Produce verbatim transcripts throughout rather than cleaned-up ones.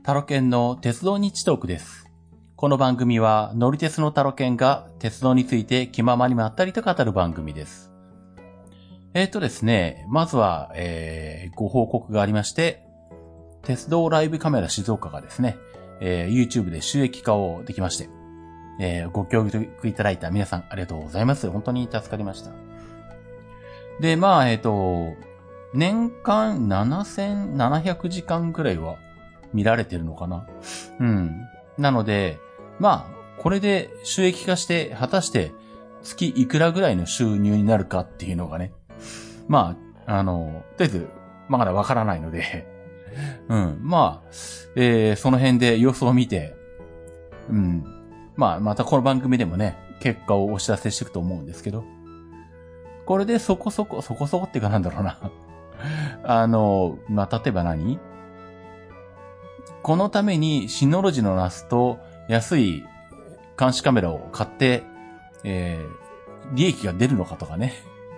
タロケンの鉄道日トークです。この番組は乗り鉄のタロケンが鉄道について気ままにまったりと語る番組です。えーとですね、まずは、えー、ご報告がありまして、鉄道ライブカメラ静岡がですね、えー、YouTube で収益化をできまして、えー、ご協力いただいた皆さんありがとうございます。本当に助かりました。で、まあ、えっと、年間ななせんななひゃくじかんくらいは見られてるのかな。うん。なので、まあ、これで収益化して、果たして月いくらぐらいの収入になるかっていうのがね。まあ、あの、とりあえず、まだわからないので、うん。まあ、えー、その辺で様子を見て、うん。まあ、またこの番組でもね、結果をお知らせしていくと思うんですけど、これでそこそこ、そこそこっていうかなんだろうな。あの、まあ、例えば何？このためにシノロジーのナスと安い監視カメラを買って、えー、利益が出るのかとかね。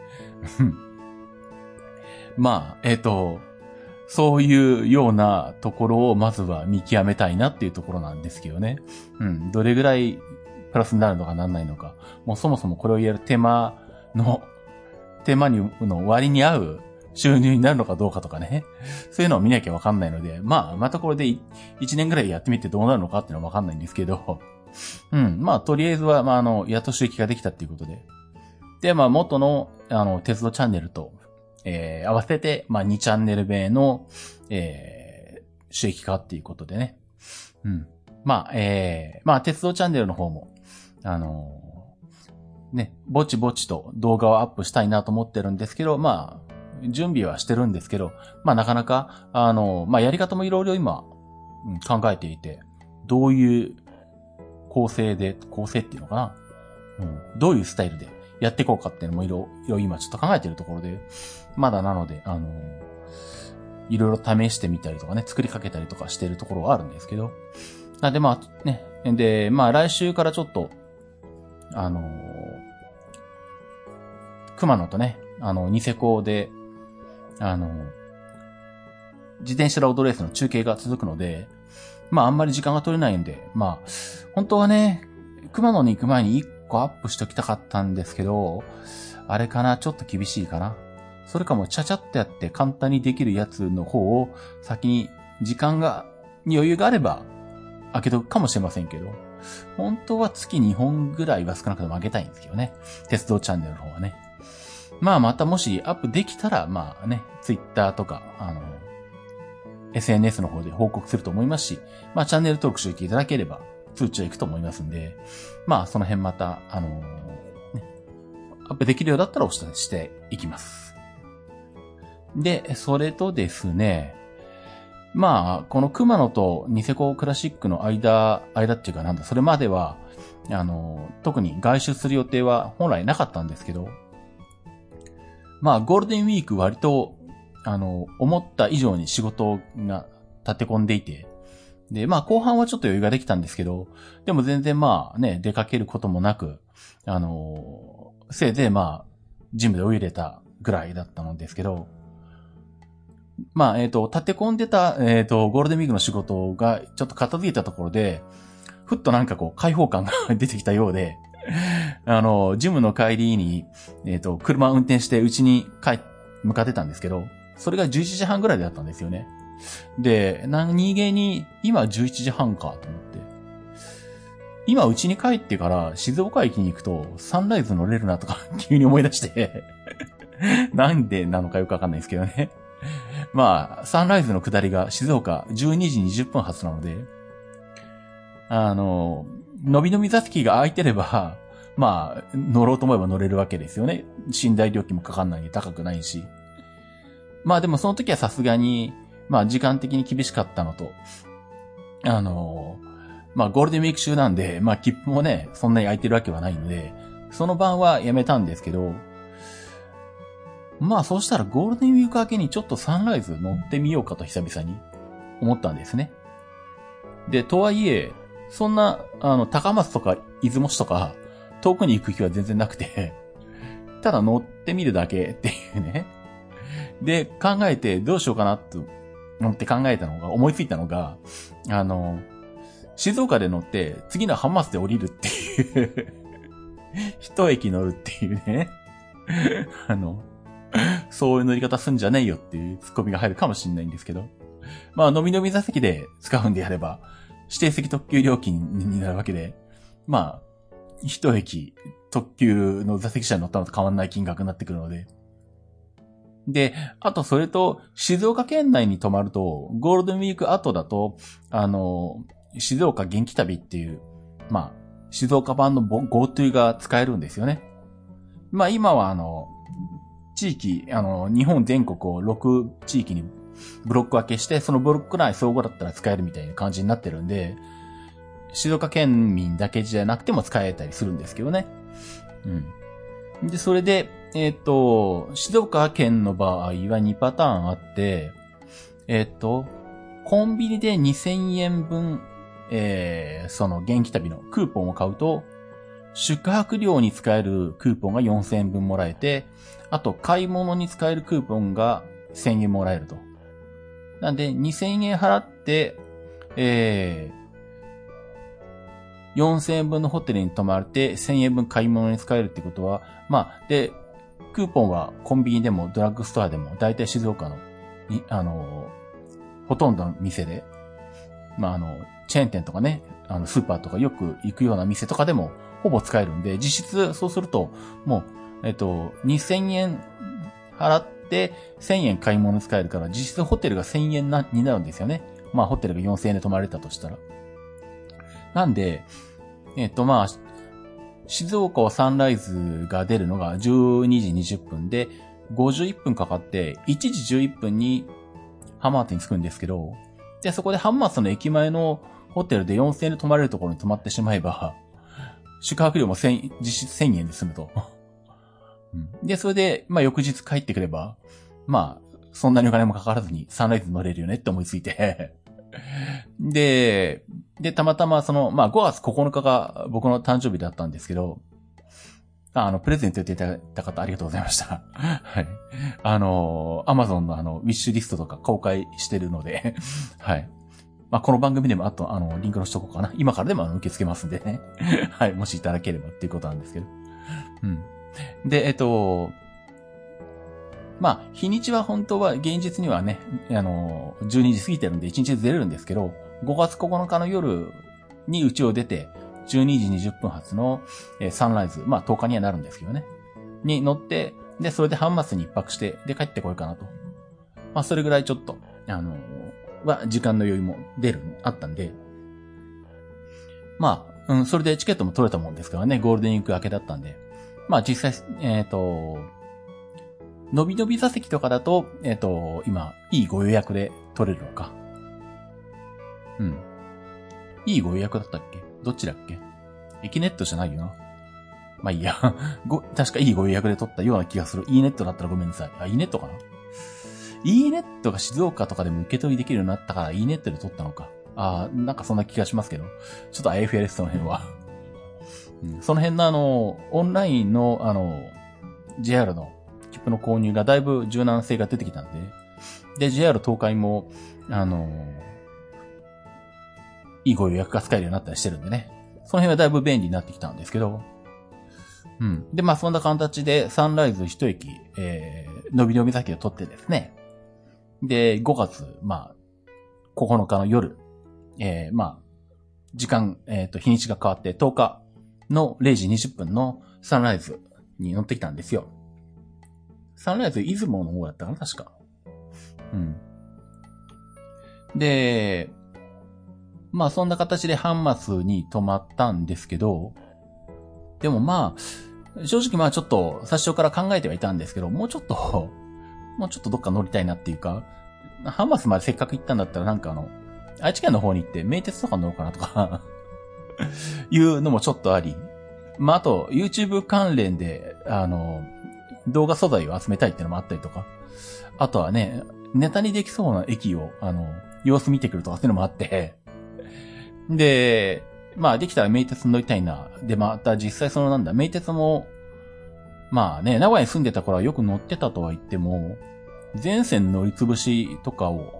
まあ、えっと、そういうようなところをまずは見極めたいなっていうところなんですけどね。うん。どれぐらいプラスになるのかならないのか。もうそもそもこれをやる手間の、手間にの割に合う収入になるのかどうかとかね。そういうのを見なきゃわかんないので、まあ、またこれでいちねんぐらいやってみてどうなるのかっていうのはわかんないんですけど、うん。まあ、とりあえずは、まあ、あの、やっと収益ができたっていうことで。で、まあ、元の、あの、鉄道チャンネルと、えー、合わせて、まあ、にチャンネル名の、えー、収益化っていうことでね。うん。まあ、えー、まあ、鉄道チャンネルの方も、あのー、ね、ぼちぼちと動画をアップしたいなと思ってるんですけど、まあ、準備はしてるんですけど、まあ、なかなか、あのー、まあ、やり方もいろいろ今、うん、考えていて、どういう構成で、構成っていうのかな、うん、どういうスタイルでやっていこうかっていうのもいろいろ今ちょっと考えてるところで、まだなので、あのー、いろいろ試してみたりとかね、作りかけたりとかしてるところがあるんですけど、なんでまあね、で、まあ来週からちょっと、あのー、熊野とね、あの、ニセコで、あのー、自転車ロードレースの中継が続くので、まああんまり時間が取れないんで、まあ、本当はね、熊野に行く前にいっこアップしときたかったんですけど、あれかな、ちょっと厳しいかな。それかもちゃちゃっとやって簡単にできるやつの方を先に時間が、余裕があれば開けとくかもしれませんけど、本当は月にほんぐらいは少なくとも開けたいんですけどね。鉄道チャンネルの方はね。まあまたもしアップできたら、まあね、ツイッターとか、あの、エスエヌエス の方で報告すると思いますし、まあチャンネル登録していただければ通知は行くと思いますんで、まあその辺また、あのー、ね、アップできるようだったらお知らせしていきます。で、それとですね、まあ、この熊野とニセコクラシックの間、間っていうかなんだ、それまでは、あのー、特に外出する予定は本来なかったんですけど、まあゴールデンウィーク割とあの、思った以上に仕事が立て込んでいて、で、まあ後半はちょっと余裕ができたんですけど、でも全然まあね、出かけることもなく、あの、せいぜいまあ、ジムでお湯入れたぐらいだったのですけど、まあ、えっと、立て込んでた、えっと、ゴールデンウィークの仕事がちょっと片付いたところで、ふっとなんかこう、開放感が出てきたようで、あの、ジムの帰りに、えっと、車を運転して家に帰、向かってたんですけど、それがじゅういちじはんぐらいだったんですよね。で、何気に、今じゅういちじはんかと思って。今家に帰ってから静岡駅に行くとサンライズ乗れるなとか急に思い出して、なんでなのかよくわかんないですけどね。まあ、サンライズの下りが静岡じゅうにじにじゅっぷん発なので、あの、のびのび座席が空いてれば、まあ、乗ろうと思えば乗れるわけですよね。寝台料金もかかんないで高くないし。まあでもその時はさすがに、まあ時間的に厳しかったのと、あの、まあゴールデンウィーク中なんで、まあ切符もね、そんなに空いてるわけはないので、その晩はやめたんですけど、まあそうしたらゴールデンウィーク明けにちょっとサンライズ乗ってみようかと久々に思ったんですね。で、とはいえ、そんな、あの、高松とか出雲市とか、遠くに行く気は全然なくて、ただ乗ってみるだけっていうね。で、考えてどうしようかなと乗って考えたのが、思いついたのが、あの、静岡で乗って、次の浜松で降りるっていう、一駅乗るっていうね、あの、そういう乗り方すんじゃねえよっていうツッコミが入るかもしれないんですけど、まあ、のびのび座席で使うんであれば、指定席特急料金になるわけで、まあ、一駅特急の座席車に乗ったのと変わんない金額になってくるので、で、あとそれと、静岡県内に泊まると、ゴールデンウィーク後だと、あの、静岡元気旅っていう、まあ、静岡版の GoTo が使えるんですよね。まあ今はあの、地域、あの、日本全国をろく地域にブロック分けして、そのブロック内相互だったら使えるみたいな感じになってるんで、静岡県民だけじゃなくても使えたりするんですけどね。うん。で、それで、えっと、静岡県の場合はにパターンあって、えっと、コンビニでにせんえんぶん、えー、その元気旅のクーポンを買うと、宿泊料に使えるクーポンがよんせんえんぶんもらえて、あと買い物に使えるクーポンがせんえんもらえると。なんで、にせんえん払って、えー、よんせんえんぶんのホテルに泊まれて、せんえんぶん買い物に使えるってことは、まあ、で、クーポンはコンビニでもドラッグストアでも、だいたい静岡の、あの、ほとんどの店で、まあ、あの、チェーン店とかね、あの、スーパーとかよく行くような店とかでも、ほぼ使えるんで、実質そうすると、もう、えっと、にせんえん払って、せんえん買い物に使えるから、実質ホテルがせんえんなになるんですよね。まあ、ホテルがよんせんえんで泊まれたとしたら。なんで、えっと、まあ、静岡はサンライズが出るのがじゅうにじにじゅっぷんで、ごじゅういっぷんかかって、いちじじゅういっぷんに浜松に着くんですけど、で、そこで浜松の駅前のホテルでよんせんえんで泊まれるところに泊まってしまえば、宿泊料もせん実質せんえんで済むと。で、それで、まあ翌日帰ってくれば、まあ、そんなにお金もかからずにサンライズ乗れるよねって思いついて。で、で、たまたまその、まあごがつここのかが僕の誕生日だったんですけど、あの、プレゼント言っていただいた方ありがとうございました。はい。あの、アマゾンのあの、ウィッシュリストとか公開してるので、はい。まあ、この番組でもあと、あの、リンクのしとこうかな。今からでもあの受け付けますんでね。はい。もしいただければっていうことなんですけど。うん。で、えっと、まあ、日にちは本当は現実にはね、あの、じゅうにじ過ぎてるんでいちにちずれるんですけど、ごがつここのかの夜に家を出て、じゅうにじにじゅっぷん発の、えー、サンライズ、まあとおかにはなるんですけどね。に乗って、で、それで浜松に一泊して、で帰ってこようかなと。まあそれぐらいちょっと、あのー、は、時間の余裕も出る、あったんで、まあ、うん、それでチケットも取れたもんですからね、ゴールデンウィーク明けだったんで。まあ実際、えっと、のびのび座席とかだと、えっと、今、いいご予約で取れるのか。うん。いいご予約だったっけ？どっちだっけ？エキネットじゃないよな。まあいいや。ご、確かいいご予約で取ったような気がする。E ネットだったらごめんなさい。あ、E ネットかな？ E ネットが静岡とかでも受け取りできるようになったから E ネットで取ったのか。あー、なんかそんな気がしますけど。ちょっとあやふやです、その辺は。うん、その辺のあの、オンラインのあの、ジェイアール の切符の購入がだいぶ柔軟性が出てきたんで。で、ジェイアール 東海も、あの、いいご予約が使えるようになったりしてるんでね。その辺はだいぶ便利になってきたんですけど。うん。で、まあそんな形でサンライズ一駅、えー、のびのび先を取ってですね。で、ごがつ、まあ、ここのかの夜、えー、まあ、時間、えっと、日にちが変わってとおかのれいじにじゅっぷんのサンライズに乗ってきたんですよ。サンライズ出雲の方だったかな、確か。うん。で、まあそんな形で浜松に泊まったんですけど、でもまあ、正直まあちょっと最初から考えてはいたんですけど、もうちょっと、もうちょっとどっか乗りたいなっていうか、浜松までせっかく行ったんだったらなんかあの、愛知県の方に行って名鉄とか乗ろうかなとか、いうのもちょっとあり、まああと YouTube 関連で、あの、動画素材を集めたいっていうのもあったりとか、あとはね、ネタにできそうな駅を、あの、様子見てくるとかっていうのもあって、で、まあできたら名鉄に乗りたいな。で、また実際そのなんだ、名鉄も、まあね、名古屋に住んでた頃はよく乗ってたとは言っても、全線乗り潰しとかを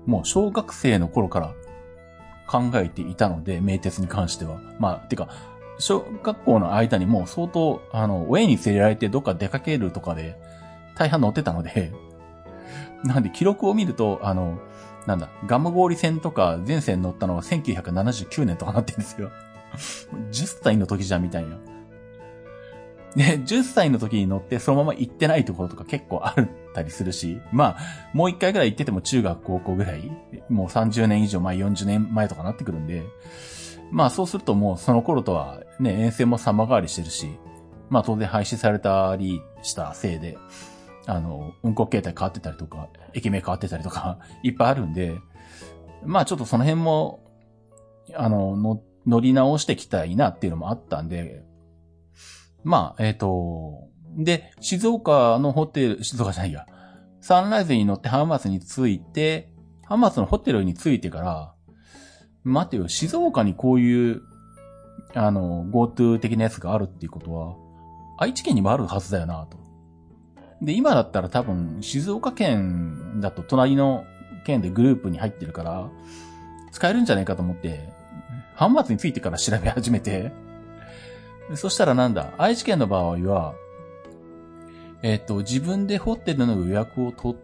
もう小学生の頃から考えていたので、名鉄に関しては。まあ、てか、小学校の間にもう相当、あの、親に連れられてどっか出かけるとかで、大半乗ってたので、なんで記録を見ると、あの、なんだ、ガムゴーリ線とか全線乗ったのはせんきゅうひゃくななじゅうきゅうねんとかなってるんですよ。じゅっさいの時じゃんみたいな。で、じゅっさいの時に乗ってそのまま行ってないところとか結構あったりするし、まあ、もう一回ぐらい行ってても中学高校ぐらい、もうさんじゅうねん以上前、よんじゅうねんまえとかなってくるんで、まあそうするともうその頃とはね、沿線も様変わりしてるし、まあ当然廃止されたりしたせいで、あの、運行形態変わってたりとか、駅名変わってたりとか、いっぱいあるんで、まあちょっとその辺も、あの、の乗り直してきたいなっていうのもあったんで、まあ、えっと、で、静岡のホテル、静岡じゃないや、サンライズに乗って浜松に着いて、浜松のホテルに着いてから、待てよ、静岡にこういう、あの、GoTo 的なやつがあるっていうことは、愛知県にもあるはずだよなと。で、今だったら多分、静岡県だと隣の県でグループに入ってるから、使えるんじゃないかと思って、浜松に着いてから調べ始めて、そしたらなんだ、愛知県の場合は、えっと、自分でホテルの予約を取って、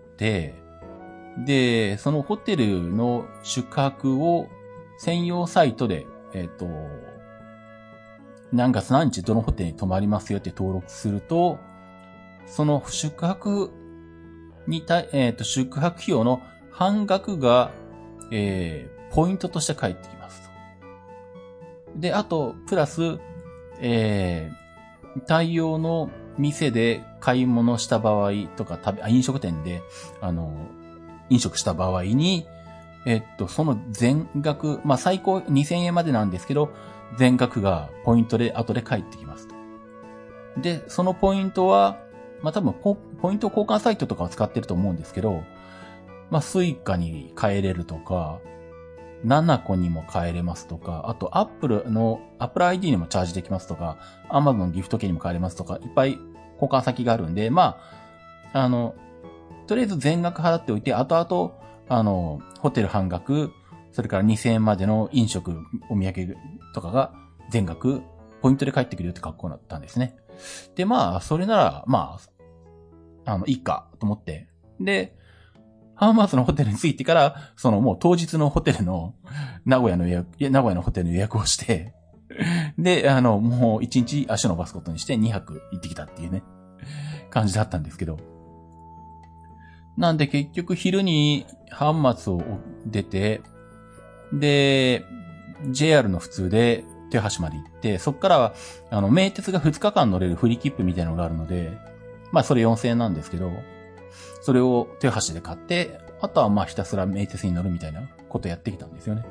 で、そのホテルの宿泊を専用サイトで、えっと、何月何日どのホテルに泊まりますよって登録すると、その宿泊にた、えっと、宿泊費用の半額が、えー、ポイントとして返ってきますと。で、あと、プラス、えー、対応の店で買い物した場合とか、食べ、あ、飲食店で、あの、飲食した場合に、えっと、その全額、まあ、最高にせんえんまでなんですけど、全額がポイントで後で返ってきますと。で、そのポイントは、まあ、多分ポ、ポイント交換サイトとかを使ってると思うんですけど、まあ、スイカに変えれるとか、ナナコにも変えれますとか、あとアップルの、アップル アイディー にもチャージできますとか、アマゾンのギフト券にも変えれますとか、いっぱい交換先があるんで、まあ、あの、とりあえず全額払っておいて、後々、あの、ホテル半額、それからにせんえんまでの飲食、お土産とかが全額、ポイントで返ってくるよって格好になったんですね。で、まあ、それなら、まあ、あの、いいか、と思って。で、浜松のホテルに着いてから、そのもう当日のホテルの、名古屋の予約、いや、名古屋のホテルの予約をして、で、あの、もう一日足を伸ばすことにしてにはく行ってきたっていうね、感じだったんですけど。なんで結局昼に浜松を出て、で、ジェイアール の普通で豊橋まで行って、そっからは、あの、名鉄がふつかかん乗れるフリー切符みたいなのがあるので、まあそれよんせんえんなんですけど、それを豊橋で買って、あとはまあひたすら名鉄に乗るみたいなことやってきたんですよね。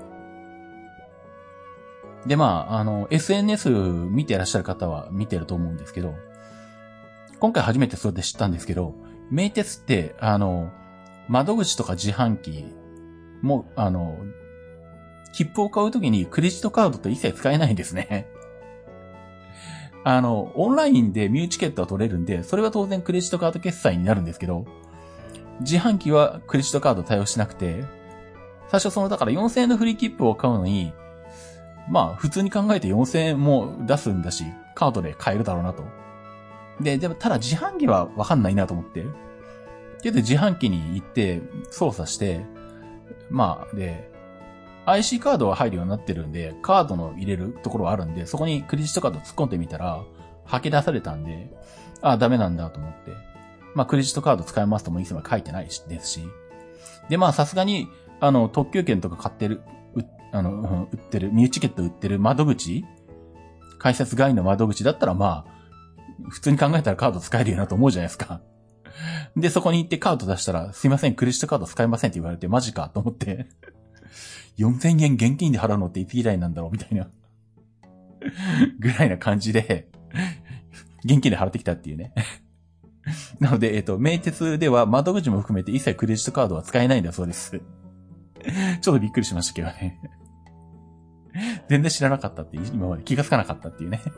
でまあ、あの、エスエヌエス 見てらっしゃる方は見てると思うんですけど、今回初めてそれで知ったんですけど、名鉄って、あの、窓口とか自販機も、あの、切符を買うときにクレジットカードと一切使えないんですね。あの、オンラインでミューチケットは取れるんで、それは当然クレジットカード決済になるんですけど、自販機はクレジットカード対応しなくて、最初その、だからよんせんえんのフリー切符を買うのに、まあ、普通に考えてよんせんえんも出すんだし、カードで買えるだろうなと。で、でも、ただ自販機はわかんないなと思って。で、自販機に行って操作して、まあ、で、アイシー カードは入るようになってるんで、カードの入れるところはあるんで、そこにクレジットカード突っ込んでみたら、吐き出されたんで、ああ、ダメなんだと思って。まあ、クレジットカード使えますともいつも書いてないですし。で、まあ、さすがに、あの、特急券とか買ってる、う、あの、うん、売ってる、ミューチケット売ってる窓口改札外の窓口だったら、まあ、普通に考えたらカード使えるよなと思うじゃないですか。で、そこに行ってカード出したら、すいません、クレジットカード使えませんって言われて、マジかと思って。よんせんえん現金で払うのっていつ以来なんだろうみたいな。ぐらいな感じで、現金で払ってきたっていうね。なので、えっと、名鉄では窓口も含めて一切クレジットカードは使えないんだそうです。ちょっとびっくりしましたけどね。全然知らなかったっていう、今まで気がつかなかったっていうね。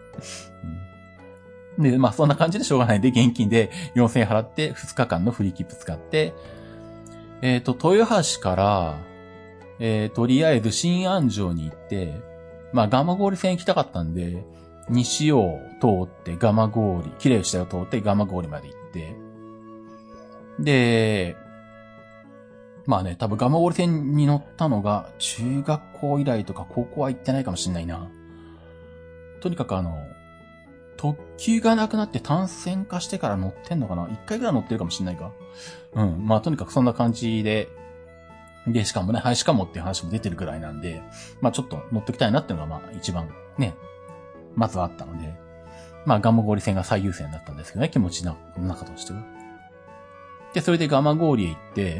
うん、で、まあそんな感じでしょうがないんで、現金でよんせんえん払ってふつかかんのフリー切符使って、 えっと、豊橋から、えー、とりあえず新安城に行って、まあ、蒲郡線行きたかったんで、西を通って蒲郡、綺麗下を通って蒲郡まで行って、で、まあね、多分蒲郡線に乗ったのが中学校以来とか高校は行ってないかもしれないな。とにかくあの、特急がなくなって単線化してから乗ってんのかな？一回ぐらい乗ってるかもしれないか。うん。まあとにかくそんな感じで、で、しかもね、はい、しかもっていう話も出てるくらいなんで、まあちょっと乗っときたいなっていうのがまあ一番ね、まずはあったので、まあ蒲郡線が最優先だったんですけどね、気持ちの中としては。で、それで蒲郡へ行って、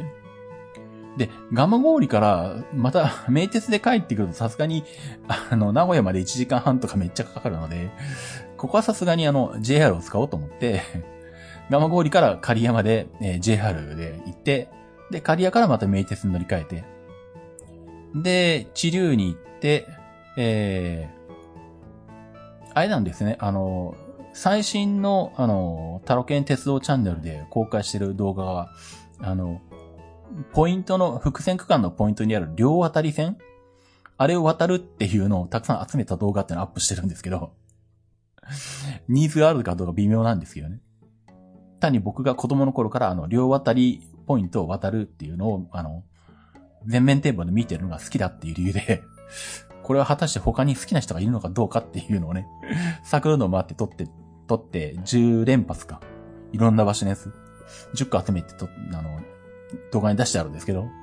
で、蒲郡からまた名鉄で帰ってくるとさすがに、あの、名古屋までいちじかんはんとかめっちゃかかるので、ここはさすがにあの、ジェイアール を使おうと思って、蒲郡から刈谷まで、えー、ジェイアール で行って、で、刈谷からまた名鉄に乗り換えて、で、知立に行って、えー、あれなんですね、あの、最新の、あの、タロケン鉄道チャンネルで公開してる動画が、あの、ポイントの、伏線区間のポイントにある両渡り線、あれを渡るっていうのをたくさん集めた動画っていうのをアップしてるんですけど、ニーズがあるかどうか微妙なんですけどね。単に僕が子供の頃からあの、両渡りポイントを渡るっていうのを、あの、全面展望で見てるのが好きだっていう理由で、これは果たして他に好きな人がいるのかどうかっていうのをね、探るのを回って撮って、撮ってじゅうれんぱつか。いろんな場所のやつ。じゅっこ集めてと、あの、動画に出してあるんですけど。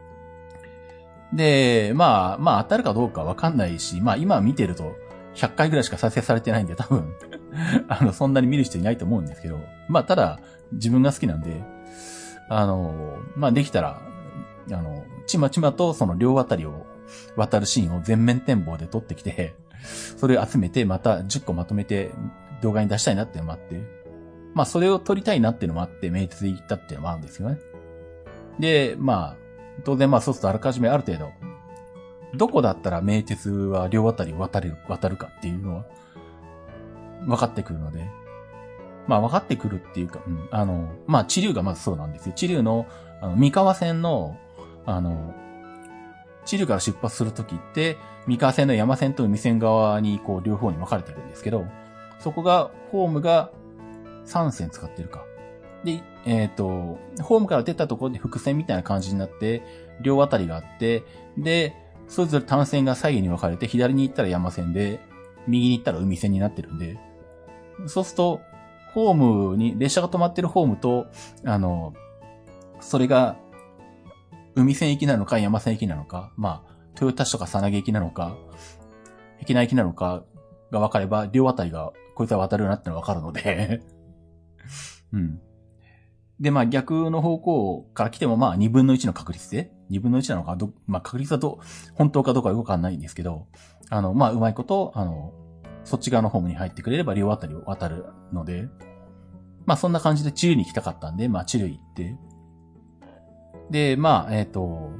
で、まあ、まあ当たるかどうかわかんないし、まあ今見てるとひゃっかいぐらいしか再生されてないんで多分、あの、そんなに見る人いないと思うんですけど、まあただ自分が好きなんで、あの、まあできたら、あの、ちまちまとその両渡りを渡るシーンを全面展望で撮ってきて、それを集めてまたじゅっこまとめて動画に出したいなっていうのもあって、まあそれを撮りたいなっていうのもあって名鉄で行ったっていうのもあるんですよね。で、まあ、当然まあそうするとあらかじめある程度、どこだったら名鉄は両渡りを渡れる、渡るかっていうのは分かってくるので、まあ分かってくるっていうか、うん、あの、まあ知立がまずそうなんですよ。知立の、あの、三河線の、あの、知立から出発するときって、三河線の山線と海線側にこう両方に分かれてるんですけど、そこが、ホームがさんせん使ってるか。で、えっと、ホームから出たところで伏線みたいな感じになって、両渡りがあって、で、それぞれ単線が左右に分かれて、左に行ったら山線で、右に行ったら海線になってるんで、そうすると、ホームに、列車が止まってるホームと、あの、それが、海線行きなのか山線行きなのか、まあ、豊田市とか佐賀行きなのか、碧南行きなのかが分かれば、両渡りが、こいつは渡るなってのが分かるので、うん。で、まあ逆の方向から来てもまあにぶんのいちの確率で、にぶんのいちなのか、ど、まあ確率だと本当かどうかよくわかんないんですけど、あの、まあうまいこと、あの、そっち側のホームに入ってくれれば両渡りを渡るので、まあそんな感じでチルに行きたかったんで、まあチル行って、で、まあ、えっと、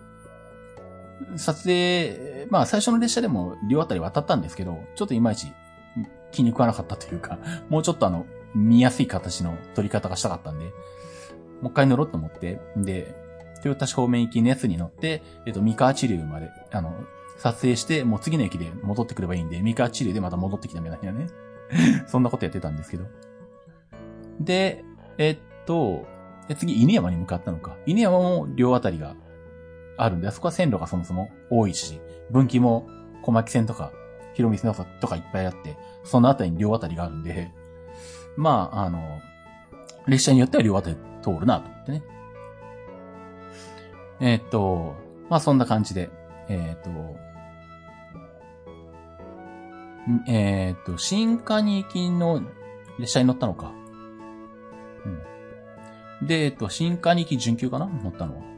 撮影、まあ最初の列車でも両渡り渡ったんですけど、ちょっといまいち気に食わなかったというか、もうちょっとあの、見やすい形の撮り方がしたかったんで、もう一回乗ろうと思って、で、豊田市方面行きのやつに乗って、えっと、三河知立まで、あの、撮影して、もう次の駅で戻ってくればいいんで、三河知立でまた戻ってきたみたいなね。そんなことやってたんですけど。で、えっと、次、犬山に向かったのか。犬山も両あたりがあるんで、あそこは線路がそもそも多いし、分岐も小牧線とか、広見線とかいっぱいあって、そのあたりに両あたりがあるんで、まあ、あの、列車によっては両あたり通るなと思ってね。えー、っと、まあそんな感じで、えー、っと、えー、っと、新加に行きの列車に乗ったのか。うん。で、えっと、新加に行き準急かな乗ったのは。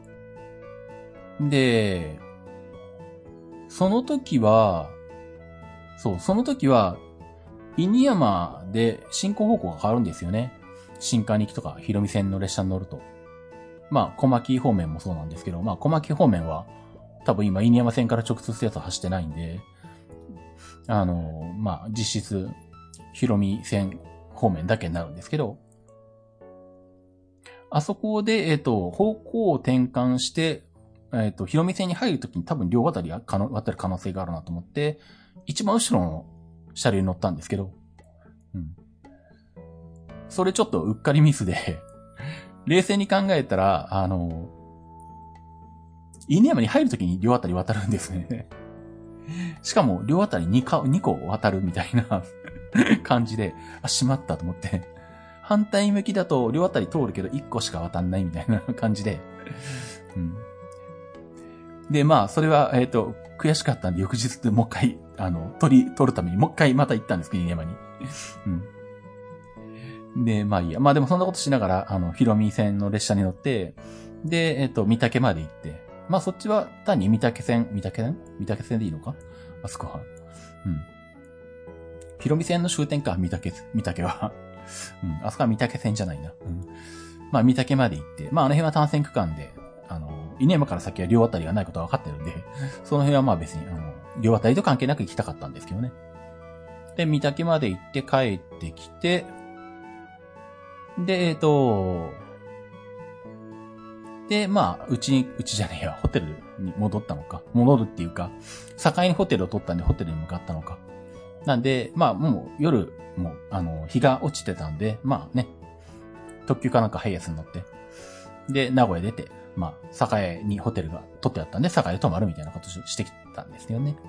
で、その時は、そう、その時は、犬山で進行方向が変わるんですよね。新加に行きとか、広見線の列車に乗ると。まあ、小牧方面もそうなんですけど、まあ、小牧方面は、多分今、犬山線から直通するやつは走ってないんで、あの、まあ、実質、広見線方面だけになるんですけど、 あそこで、えっと、方向を転換して、えっと、広見線に入るときに多分両渡りが可能、渡る可能性があるなと思って、一番後ろの車両に乗ったんですけど、うん。それちょっとうっかりミスで、冷静に考えたら、あの、犬山に入るときに両渡り渡るんですね。しかも、両渡りにか、にこ渡るみたいな感じで、あ、しまったと思って。反対向きだと両渡り通るけどいっこしか渡んないみたいな感じで。うん、で、まあ、それは、えっと、悔しかったんで、翌日でもう一回、あの、取り、取るためにもう一回また行ったんですけど、犬山に。うん。で、まあいいや。まあでもそんなことしながら、あの、広見線の列車に乗って、で、えっと、三宅まで行って、まあそっちは単に三宅線、三宅線三宅線でいいのかあそこは。うん。広見線の終点か、三宅、三宅は。うん。あそこは三宅線じゃないな。うん。まあ三宅まで行って、まああの辺は単線区間で、あの、犬山から先は両渡りがないことは分かってるんで、その辺はまあ別に、あの、両渡りと関係なく行きたかったんですけどね。で、三宅まで行って帰ってきて、で、えっと、で、まあ、うちに、うちじゃねえや、ホテルに戻ったのか。戻るっていうか、境にホテルを取ったんでホテルに向かったのか。なんで、まあ、もう夜、もう、あの、日が落ちてたんで、まあね、特急かなんかハイエースに乗って、で、名古屋出て、まあ、栄にホテルが取ってあったんで、栄で泊まるみたいなことしてきたんですよね。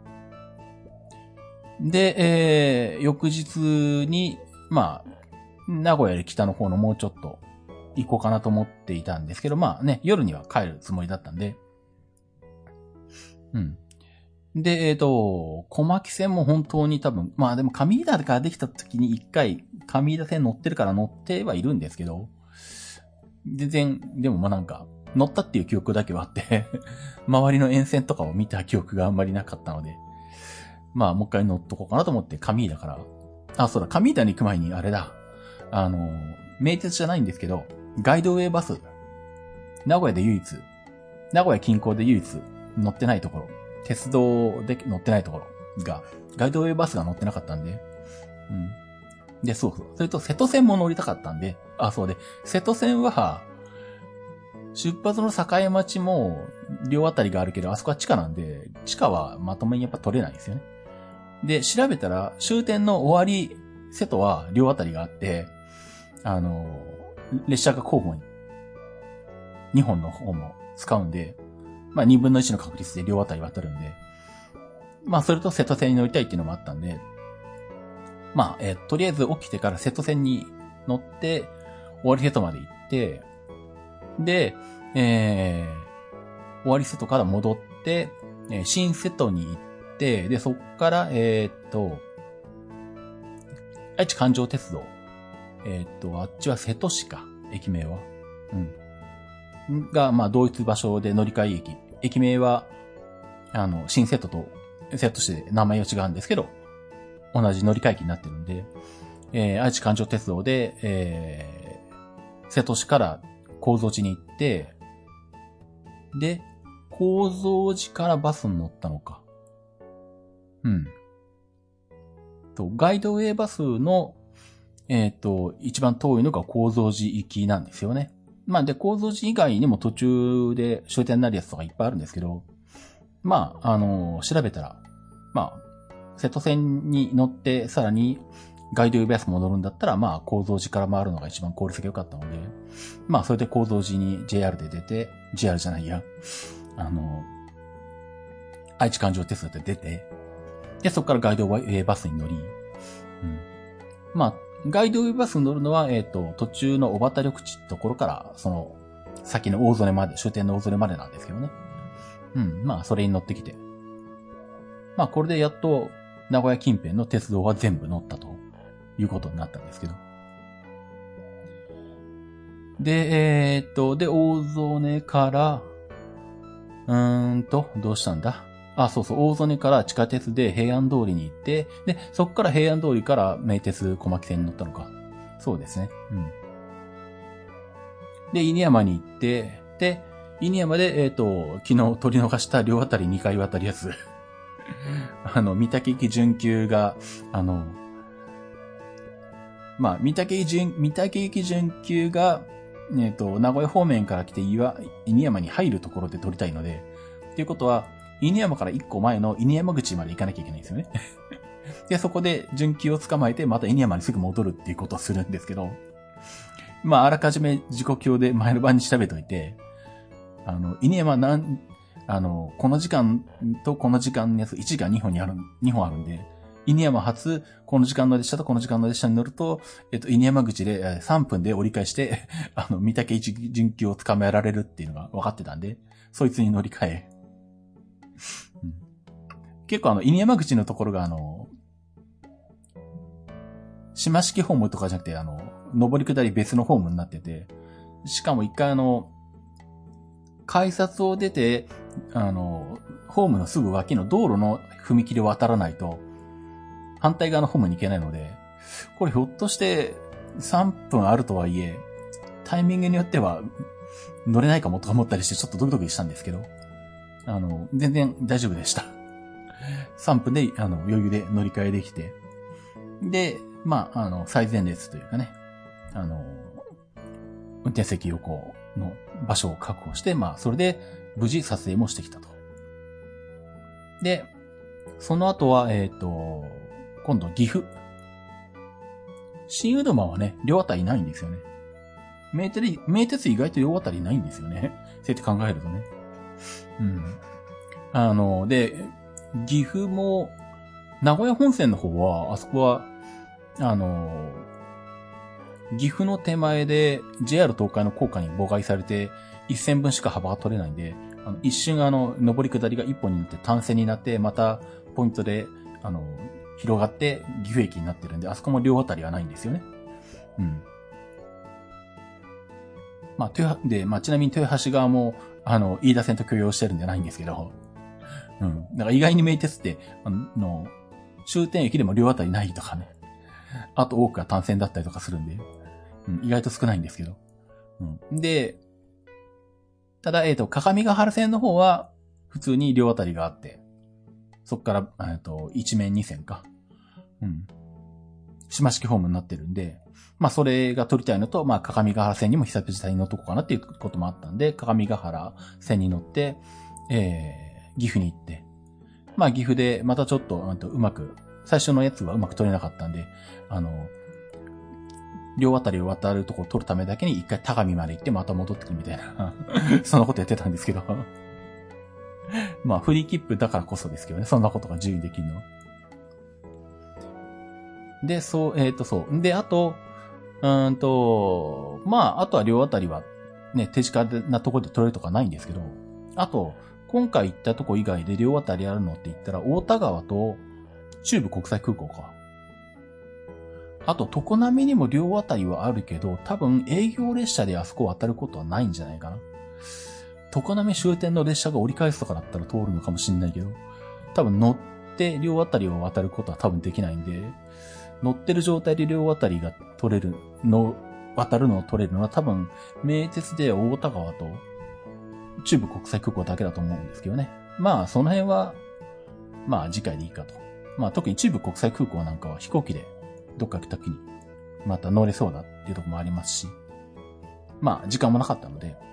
で、えー、翌日に、まあ、名古屋より北の方のもうちょっと行こうかなと思っていたんですけど、まあね、夜には帰るつもりだったんで。うん。で、えっと、小牧線も本当に多分、まあでも上井田からできた時に一回上井田線乗ってるから乗ってはいるんですけど、全然、でもまあなんか、乗ったっていう記憶だけはあって周りの沿線とかを見た記憶があんまりなかったので、まあもう一回乗っとこうかなと思って上井田から、あ、そうだ、上井田に行く前にあれだ、あの、名鉄じゃないんですけど、ガイドウェイバス、名古屋で唯一、名古屋近郊で唯一乗ってないところ、鉄道で乗ってないところが、ガイドウェイバスが乗ってなかったんで、うん。で、そうそう。それと瀬戸線も乗りたかったんで、あ、そうで、瀬戸線は、出発の境町も両あたりがあるけど、あそこは地下なんで、地下はまともにやっぱ取れないんですよね。で、調べたら、終点の終わり、瀬戸は両あたりがあって、あの、列車が交互に、にほんの方も使うんで、まあにぶんのいちの確率で両あたり渡るんで、まあそれと瀬戸線に乗りたいっていうのもあったんで、まあ、えー、とりあえず起きてから瀬戸線に乗って、終わり瀬戸まで行って、で、えー、終わり瀬戸から戻って、えー、新瀬戸に行って、で、そっから、えー、っと、愛知環状鉄道。えー、っと、あっちは瀬戸市か、駅名は。うん。が、まあ、同一場所で乗り換え駅。駅名は、あの、新瀬戸と瀬戸市で名前は違うんですけど、同じ乗り換え駅になってるんで、えー、愛知環状鉄道で、えー、瀬戸市から構造寺に行って、で、構造寺からバスに乗ったのか。うん。と、ガイドウェイバスの、えっと、一番遠いのが構造寺行きなんですよね。まあ、で、構造寺以外にも途中で終点になるやつとかいっぱいあるんですけど、まあ、あの、調べたら、まあ、瀬戸線に乗って、さらにガイドウェイバス戻るんだったら、まあ、構造寺から回るのが一番効率が良かったので、まあ、それで構造寺に ジェイアール で出て、ジェイアール じゃないや、あの、愛知環状鉄道で出て、で、そこからガイドウェイバスに乗り、うん。まあ、ガイドウェイバスに乗るのは、えっと、途中の小畑緑地ってところから、その、先の大曽根まで、終点の大曽根までなんですけどね。うん、まあ、それに乗ってきて。まあ、これでやっと、名古屋近辺の鉄道は全部乗ったということになったんですけど。で、えー、っと、で、大曽根から、うーんと、どうしたんだあ、そうそう、大曽根から地下鉄で平安通りに行って、で、そこから平安通りから名鉄小牧線に乗ったのか。そうですね。うん。で、犬山に行って、で、犬山で、えっと、昨日取り逃した両あたりにかい渡るやつ。あの、三宅駅準急が、あの、まあ、三宅駅準、三宅駅準急が、 えっと、名古屋方面から来て岩、犬山に入るところで撮りたいので、っていうことは、犬山からいっこまえの犬山口まで行かなきゃいけないんですよね。で、そこで準急を捕まえて、また犬山にすぐ戻るっていうことをするんですけど、まあ、あらかじめ時刻表で前の晩に調べといて、あの、犬山なん、あの、この時間とこの時間のやつ、いちじかんにほんにある、にほんあるんで、犬山発、この時間の列車とこの時間の列車に乗ると、えっと、犬山口でさんぷんで折り返して、あの、三宅一準急を捕まえられるっていうのが分かってたんで、そいつに乗り換え。うん、結構あの、犬山口のところがあの、島式ホームとかじゃなくて、あの、上り下り別のホームになってて、しかも一回あの、改札を出て、あの、ホームのすぐ脇の道路の踏切を渡らないと、反対側のホームに行けないので、これひょっとしてさんぷんあるとはいえ、タイミングによっては乗れないかもとか思ったりしてちょっとドキドキしたんですけど、あの、全然大丈夫でした。さんぷんで、あの、余裕で乗り換えできて、で、まあ、あの、最前列というかね、あの、運転席横の場所を確保して、まあ、それで無事撮影もしてきたと。で、その後は、えっと、今度岐阜。新うどまはね、両あたりないんですよね。名鉄、名鉄意外と両あたりないんですよね。そうやって考えるとね。うん。あの、で、岐阜も、名古屋本線の方は、あそこは、あの、岐阜の手前で ジェイアール 東海の高架に妨害されて、いっせんぶんしか幅が取れないんで、あの一瞬あの、上り下りがいっぽんになって単線になって、また、ポイントで、あの、広がって岐阜駅になってるんで、あそこも両あたりはないんですよね。うん。まあ、豊で、まあ、ちなみに豊橋側も、あの、飯田線と許容してるんじゃないんですけど、うん。だから意外に名鉄って、あの、終点駅でも両あたりないとかね。あと多くは単線だったりとかするんで、うん、意外と少ないんですけど。うん。で、ただ、えっと、各務原線の方は、普通に両あたりがあって、そっから、えっと、一面二線か。うん。島式ホームになってるんで、まあそれが撮りたいのと、まあ各務原線にも久々に乗っとこうかなっていうこともあったんで、各務原線に乗って、えー、岐阜に行って、まあ岐阜でまたちょっと、うんとうまく、最初のやつはうまく撮れなかったんで、あの、両あたりを渡るとこを撮るためだけに一回高見まで行ってまた戻ってくるみたいな、そんなことやってたんですけど、まあフリーキップだからこそですけどね、そんなことが自由にできるのは。で、そう、えっと、そう。で、あと、うーんと、まあ、あとは両あたりは、ね、手近なところで取れるとかないんですけど、あと、今回行ったとこ以外で両あたりあるのって言ったら、大田川と中部国際空港か。あと、常滑にも両あたりはあるけど、多分営業列車であそこを渡ることはないんじゃないかな。常滑終点の列車が折り返すとかだったら通るのかもしんないけど、多分乗って両あたりを渡ることは多分できないんで、乗ってる状態で両あたりが取れるの、渡るのを取れるのは多分、名鉄で大田川と中部国際空港だけだと思うんですけどね。まあ、その辺は、まあ次回でいいかと。まあ特に中部国際空港なんかは飛行機でどっか行くときにまた乗れそうだっていうところもありますし。まあ時間もなかったので。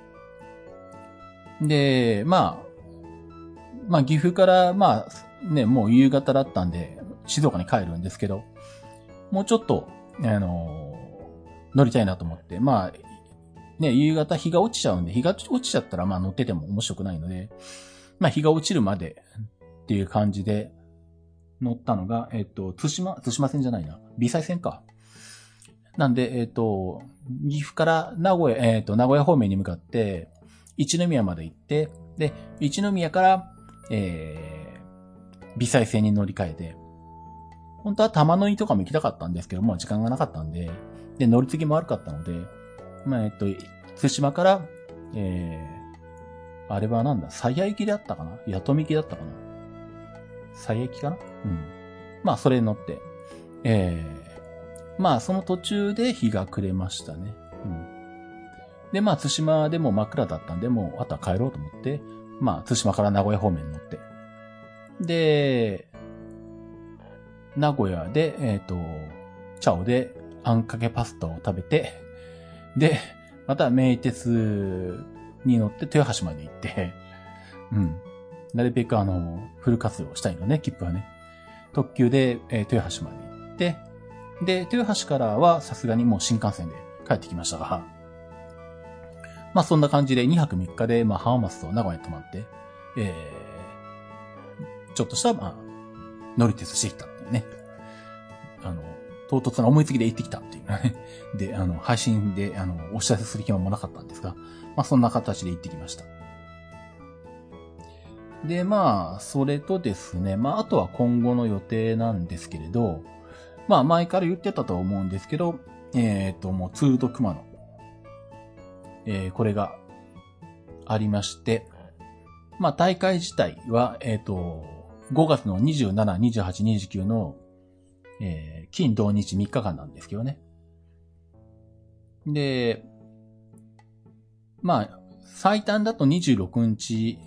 で、まあ、まあ岐阜からまあね、もう夕方だったんで静岡に帰るんですけど、もうちょっと、あのー、乗りたいなと思って、まあ、ね、夕方日が落ちちゃうんで、日が落ちちゃったらまあ乗ってても面白くないので、まあ日が落ちるまでっていう感じで乗ったのが、えっと、津島、津島線じゃないな、微細線か。なんで、えっと、岐阜から名古屋、えっと、名古屋方面に向かって、一宮まで行って、で、一宮から、えー、微細線に乗り換えて、本当は玉の井とかも行きたかったんですけど、もう時間がなかったんで、で、乗り継ぎも悪かったので、まあ、えっと、津島から、えー、あれはなんだ、鞘行きであったかな八富行きだったかな鞘行きかなうん。まあ、それに乗って、えー、まあ、その途中で日が暮れましたね。うん。で、まあ、津島でも真っ暗だったんで、もう、あとは帰ろうと思って、まあ、津島から名古屋方面に乗って。で、名古屋で、えっと、チャオであんかけパスタを食べて、で、 また名鉄に乗って豊橋まで行って、うん。なるべくあの、フル活用したいのね、切符はね。特急で、えー、豊橋まで行って、で、豊橋からはさすがにもう新幹線で帰ってきましたが、まあそんな感じでにはくみっかで、まあ浜松と名古屋に泊まって、えー、ちょっとした、まあ、乗り鉄してきたっていうね。あの、唐突な思いつきで行ってきたっていうね。で、あの、配信で、あの、お知らせする暇もなかったんですが、まあそんな形で行ってきました。で、まあ、それとですね、まああとは今後の予定なんですけれど、まあ前から言ってたと思うんですけど、えっと、もうツールと熊野。えー、これがありまして、まあ大会自体は、えっと、ごがつのにじゅうしち、にじゅうはち、にじゅうきゅうの、えー、金土日みっかかんなんですけどね。で、まあ、最短だとにじゅうろくにち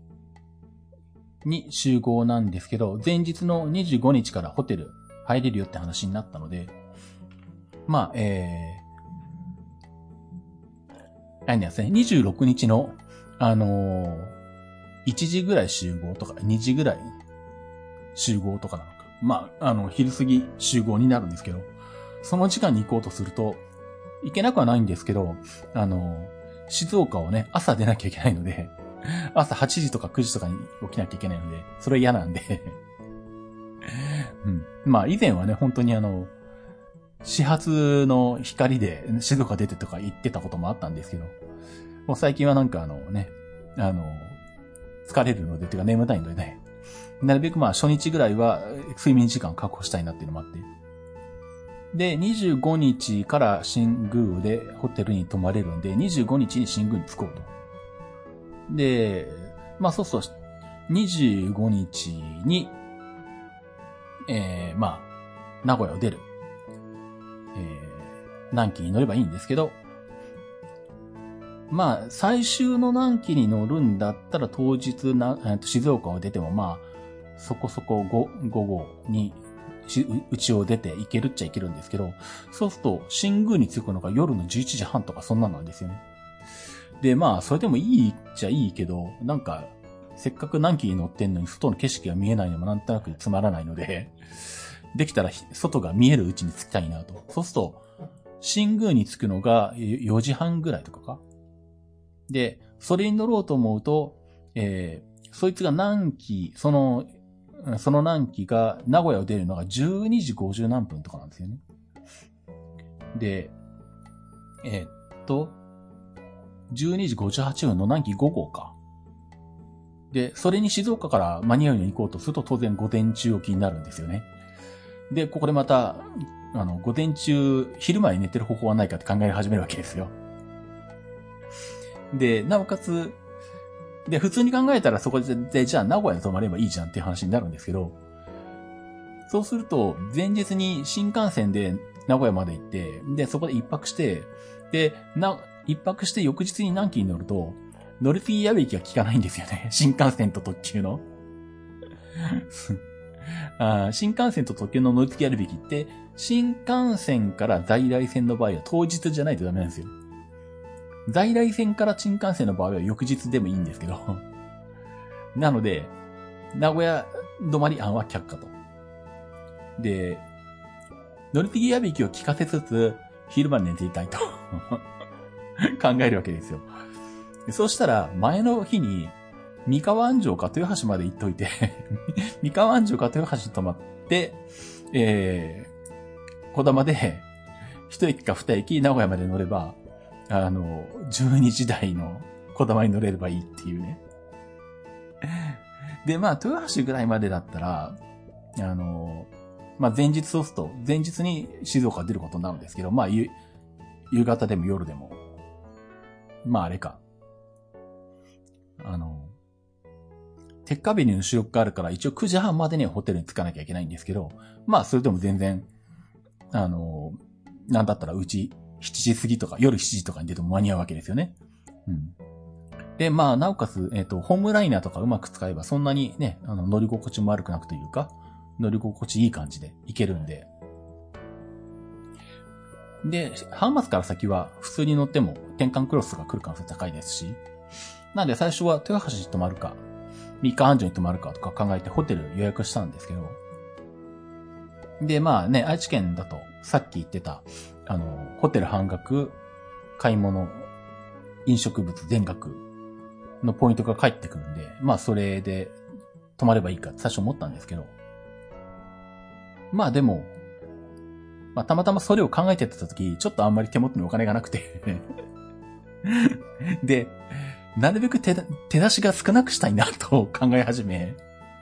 に集合なんですけど、前日のにじゅうごにちからホテル入れるよって話になったので、まあ、えー、何ですね、にじゅうろくにちの、あのー、いちじぐらい集合とか、にじぐらい集合とかなのか。まあ、あの、昼過ぎ集合になるんですけど、その時間に行こうとすると、行けなくはないんですけど、あの、静岡をね、朝出なきゃいけないので、朝はちじとかくじとかに起きなきゃいけないので、それ嫌なんで、うん。まあ、以前はね、本当にあの、始発の光で静岡出てとか言ってたこともあったんですけど、もう最近はなんかあのね、あの、疲れるので、てか眠たいのでね、なるべくまあ初日ぐらいは睡眠時間を確保したいなっていうのもあって。で、にじゅうごにちから新宮でホテルに泊まれるんで、にじゅうごにちに新宮に着こうと。で、まあそうそう、にじゅうごにちに、えー、まあ、名古屋を出る。えー、南紀に乗ればいいんですけど、まあ、最終の南紀に乗るんだったら当日な、静岡を出てもまあ、そこそこ午後にうちを出て行けるっちゃ行けるんですけど、そうすると新宮に着くのが夜のじゅういちじはんとかそんななんですよね。で、まあ、それでもいいっちゃいいけど、なんか、せっかく南紀に乗ってんのに外の景色が見えないのもなんとなくつまらないので、できたら外が見えるうちに着きたいなと。そうすると、新宮に着くのがよじはんぐらいとかか。で、それに乗ろうと思うと、えー、そいつが南紀、その、その南紀が名古屋を出るのがじゅうにじごじゅうなんぷんとかなんですよね。で、えー、っと、じゅうにじごじゅうはっぷんの南紀ご号か。で、それに静岡から間に合うように行こうとすると当然午前中起きになるんですよね。で、ここでまた、あの、午前中、昼間に寝てる方法はないかって考え始めるわけですよ。で、なおかつ、で、普通に考えたらそこで、でじゃあ名古屋に泊まればいいじゃんっていう話になるんですけど、そうすると、前日に新幹線で名古屋まで行って、で、そこで一泊して、で、な、一泊して翌日に南紀に乗ると、乗り継ぎやべきが効かないんですよね。新幹線と特急の。あ新幹線と特急の乗り継ぎやるべきって、新幹線から在来線の場合は当日じゃないとダメなんですよ。在来線から新幹線の場合は翌日でもいいんですけど。なので、名古屋止まり案は却下と。で、乗り継ぎやべきを聞かせつつ、昼間寝ていたいと考えるわけですよ。そうしたら、前の日に、三河安城か豊橋まで行っといて三河安城か豊橋に泊まって、えー、小玉で、一駅か二駅名古屋まで乗れば、あの、じゅうにじ台の小玉に乗れればいいっていうね。で、まあ、豊橋ぐらいまでだったら、あの、まあ、前日そうすると、前日に静岡出ることになるんですけど、まあ、夕方でも夜でも、まあ、あれか。あの、鉄火ビニの収録があるから、一応くじはんまでにはホテルに着かなきゃいけないんですけど、まあ、それでも全然、あの、なんだったらうちしちじ過ぎとか、夜しちじとかに出ても間に合うわけですよね。うん。で、まあ、なおかつ、えっと、ホームライナーとかうまく使えば、そんなにね、あの、乗り心地も悪くなくというか、乗り心地いい感じでいけるんで。 で、浜松から先は普通に乗っても転換クロスが来る可能性高いですし、なんで最初は豊橋に泊まるか、みっかはんじょに泊まるかとか考えてホテル予約したんですけど、で、まあね、愛知県だとさっき言ってた、あの、ホテル半額、買い物、飲食物全額のポイントが返ってくるんで、まあそれで泊まればいいかって最初思ったんですけど、まあでも、まあたまたまそれを考えてた時、ちょっとあんまり手元にお金がなくてで、なるべく手、手出しが少なくしたいなと考え始め、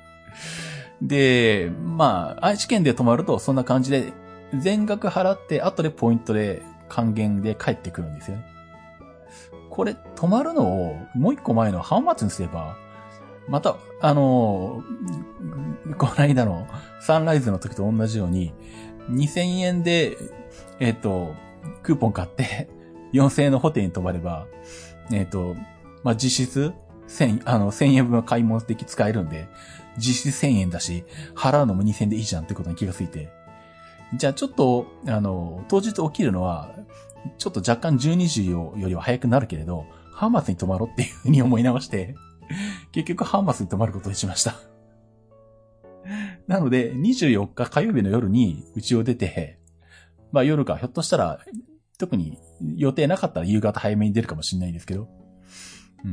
で、まあ愛知県で泊まるとそんな感じで全額払って後でポイントで還元で返ってくるんですよね。これ泊まるのをもう一個前の浜松にすれば、また、あのー、この間のサンライズの時と同じように、にせんえんで、えっと、クーポン買って、よんせんえんのホテルに泊まれば、えっと、まあ、実質、千、あの、せんえん分は買い物的使えるんで、実質せんえんだし、払うのもにせんえんでいいじゃんってことに気がついて、じゃあちょっと、あの、当日起きるのは、ちょっと若干じゅうにじよりは早くなるけれど、浜松に泊まろうっていうふうに思い直して、結局浜松に泊まることにしました。なので、にじゅうよっか火曜日の夜に家を出て、まあ夜か、ひょっとしたら、特に予定なかったら夕方早めに出るかもしれないですけど、うん。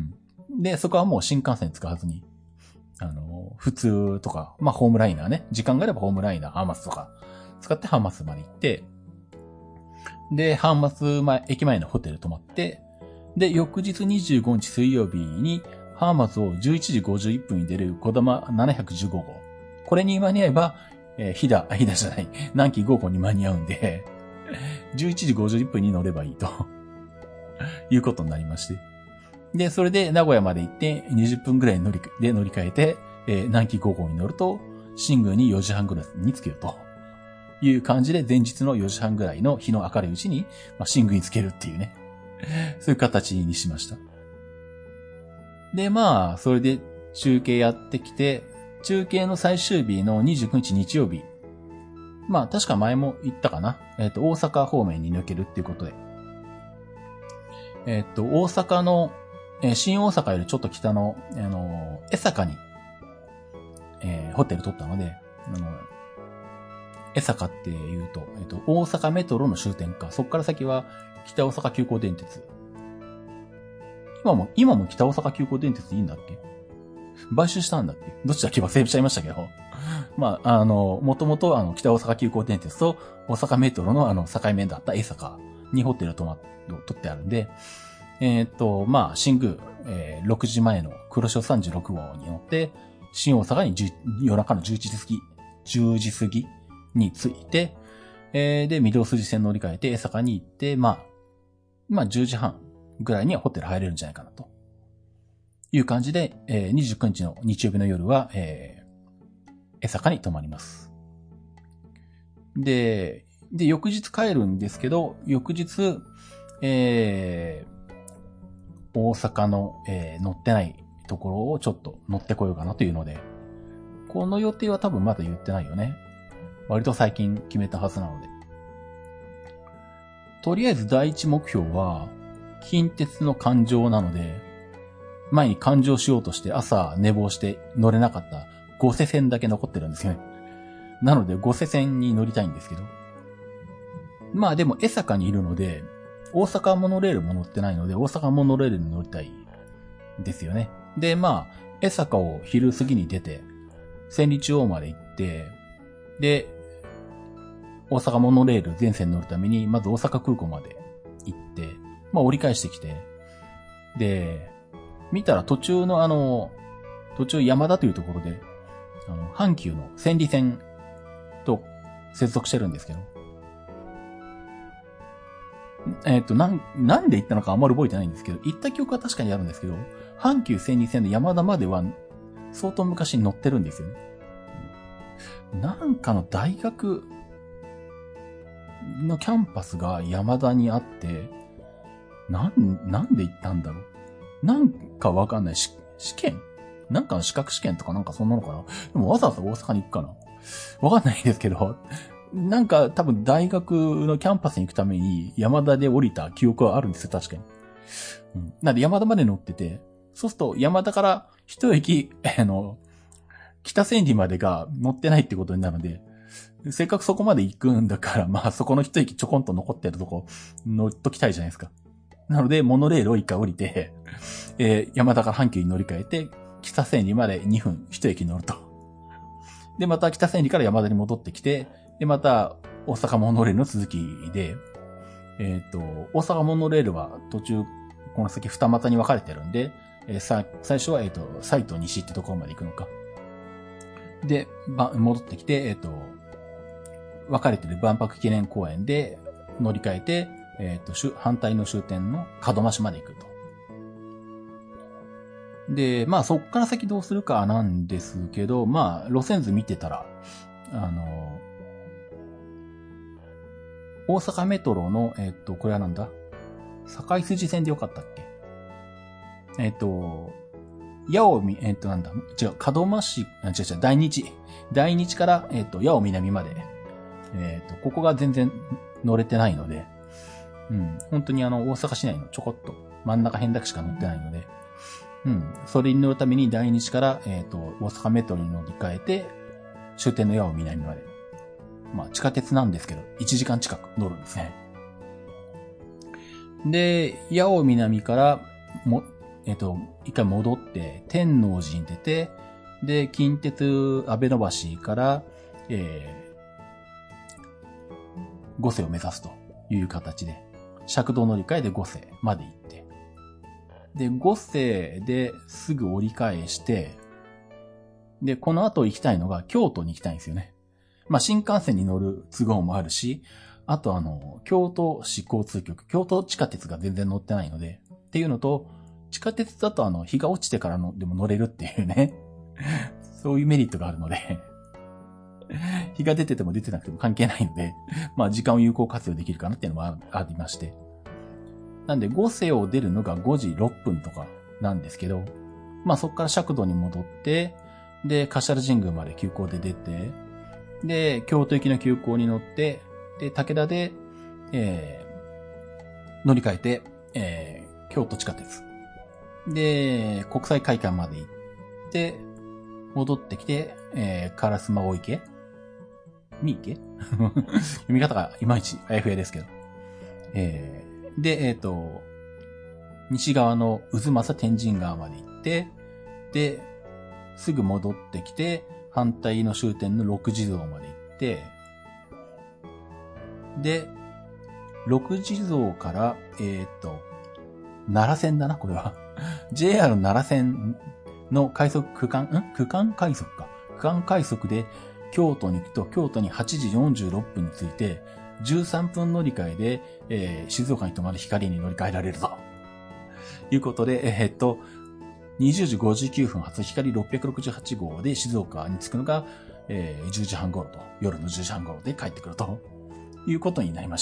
で、そこはもう新幹線使わずに、あの、普通とか、まあホームライナーね、時間があればホームライナー、浜松とか、使って浜松まで行って、で、浜松前、駅前のホテル泊まって、で、翌日にじゅうごにち水曜日に、浜松をじゅういちじごじゅういっぷんに出るこだまななひゃくじゅうごごう。これに間に合えば、えー、ひだ、ひだじゃない、南紀ごごうに間に合うんで、じゅういちじごじゅういっぷんに乗ればいいと、いうことになりまして。で、それで名古屋まで行ってにじゅっぷんぐらい乗りで乗り換えて、えー、南紀ごごうに乗ると、新宮によじはんぐらいに着けると。いう感じで前日のよじはんぐらいの日の明るいうちに、まあ、寝具につけるっていうね。そういう形にしました。で、まあ、それで中継やってきて、中継の最終日のにじゅうくにち日曜日。まあ、確か前も言ったかな。えっと、大阪方面に抜けるっていうことで。えっと、大阪の、えー、新大阪よりちょっと北の、あのー、江坂に、えー、ホテル取ったので、あの江坂っていうと、えっと、大阪メトロの終点か、そこから先は北大阪急行電鉄。今も、今も北大阪急行電鉄いいんだっけ？買収したんだっけ？どっちだっけ忘れちゃいましたけど。まあ、あの、もともとあの、北大阪急行電鉄と大阪メトロのあの、境目だった江坂にホテルを泊ま、取ってあるんで、えっと、まあ、新宮、えー、ろくじまえの黒潮さんじゅうろくごうに乗って、新大阪に夜中のじゅういちじ過ぎ、じゅうじ過ぎ、に着いて、えー、で、御堂筋線乗り換えて江坂に行って、まあ、まあじゅうじはんぐらいにはホテル入れるんじゃないかなと。いう感じで、えー、にじゅうくにちの日曜日の夜は、えー、江坂に泊まります。で、で、翌日帰るんですけど、翌日、えー、大阪の、えー、乗ってないところをちょっと乗ってこようかなというので、この予定は多分まだ言ってないよね。割と最近決めたはずなので。とりあえず第一目標は、近鉄の環状なので、前に環状しようとして朝寝坊して乗れなかった五瀬線だけ残ってるんですよね。なので五瀬線に乗りたいんですけど。まあでも江坂にいるので、大阪モノレールも乗ってないので、大阪モノレールに乗りたいですよね。で、まあ、江坂を昼過ぎに出て、千里中央まで行って、で、大阪モノレール全線乗るために、まず大阪空港まで行って、まあ折り返してきて、で、見たら途中のあの、途中山田というところで、あの、阪急の千里線と接続してるんですけど、えっと、なん、なんで行ったのかあんまり覚えてないんですけど、行った記憶は確かにあるんですけど、阪急千里線で山田までは相当昔に乗ってるんですよね。なんかの大学のキャンパスが山田にあって、なん、なんで行ったんだろう。なんかわかんない。し、試験なんかの資格試験とかなんかそんなのかな。でもわざわざ大阪に行くかな。わかんないですけど、 なんか多分大学のキャンパスに行くために山田で降りた記憶はあるんですよ、確かに。うん、なんで山田まで乗ってて、そうすると山田から一駅、あの、北千里までが乗ってないってことになるので、せっかくそこまで行くんだから、まあそこの一駅ちょこんと残ってるとこ乗っときたいじゃないですか。なので、モノレールを一回降りて、えー、山田から阪急に乗り換えて、北千里までにふん一駅乗ると。で、また北千里から山田に戻ってきて、で、また大阪モノレールの続きで、えっと、大阪モノレールは途中、この先二股に分かれてるんで、えー、さ、最初は、えっと、西と西ってところまで行くのか。で、ば、戻ってきて、えっと、分かれてる万博記念公園で乗り換えて、えっと、反対の終点の門真市まで行くと。で、まあそっから先どうするかなんですけど、まあ路線図見てたら、あの、大阪メトロの、えっと、これはなんだ堺筋線でよかったっけえっと、八尾み、えっとなんだ違う、門真市、あ、違う違う、大日。大日から、えっと、八尾南まで。えっと、ここが全然乗れてないので、うん、本当にあの、大阪市内のちょこっと真ん中辺だけしか乗ってないので、うん、それに乗るために大日から、えっと、大阪メトロに乗り換えて、終点の八尾南まで。まあ、地下鉄なんですけど、いちじかん近く乗るんですね。で、八尾南から、も、えっと、一回戻って、天王寺に出て、で、近鉄安倍野橋から、えー、五世を目指すという形で、釈道乗り換えで五世まで行って、で、五世ですぐ折り返して、で、この後行きたいのが京都に行きたいんですよね。まあ、新幹線に乗る都合もあるし、あとあの、京都市交通局、京都地下鉄が全然乗ってないので、っていうのと、地下鉄だとあの、日が落ちてからのでも乗れるっていうね。そういうメリットがあるので、日が出てても出てなくても関係ないので、まあ時間を有効活用できるかなっていうのもありまして。なんで、五世を出るのがごじろっぷんとかなんですけど、まあそこから釈道に戻って、で、柏原神宮まで急行で出て、で、京都行きの急行に乗って、で、武田で、えー、乗り換えて、えー、京都地下鉄。で、国際会館まで行って、戻ってきて、えー、烏丸大池三池読み方がいまいちあやふやですけど。えー、で、えっと、西側の渦政天神川まで行って、で、すぐ戻ってきて、反対の終点の六地蔵まで行って、で、六地蔵から、えっと、奈良線だな、これは。ジェイアール 奈良線の快速区間、ん区間快速か。区間快速で京都に行くと、京都にはちじよんじゅうろっぷんに着いて、じゅうさんぷん乗り換えで、えー、静岡に止まる光に乗り換えられるぞ。いうことで、えー、っと、にじゅうじごじゅうきゅうふん発光ろっぴゃくろくじゅうはち号で静岡に着くのが、えー、じゅうじはん頃と、夜のじゅうじはん頃で帰ってくるということになりました。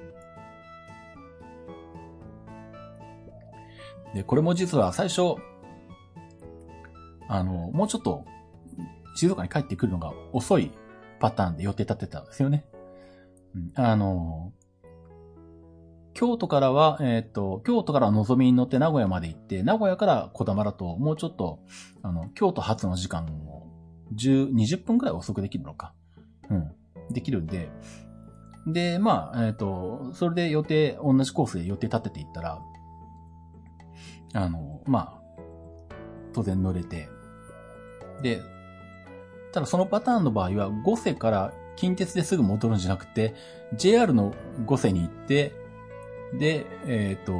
で、これも実は最初、あの、もうちょっと静岡に帰ってくるのが遅いパターンで予定立てたんですよね。うん、あの、京都からは、えっと、京都からのぞみに乗って名古屋まで行って、名古屋から小玉だともうちょっと、あの、京都発の時間をじゅう、にじゅっぷんくらい遅くできるのか。うん。できるんで。で、まあ、えっと、それで予定、同じコースで予定立てていったら、あの、まあ、当然乗れて。で、ただそのパターンの場合は、五世から近鉄ですぐ戻るんじゃなくて、ジェイアール の五世に行って、で、えっと、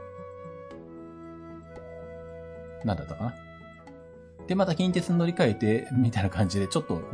なんだったかな。で、また近鉄に乗り換えて、みたいな感じで、ちょっと、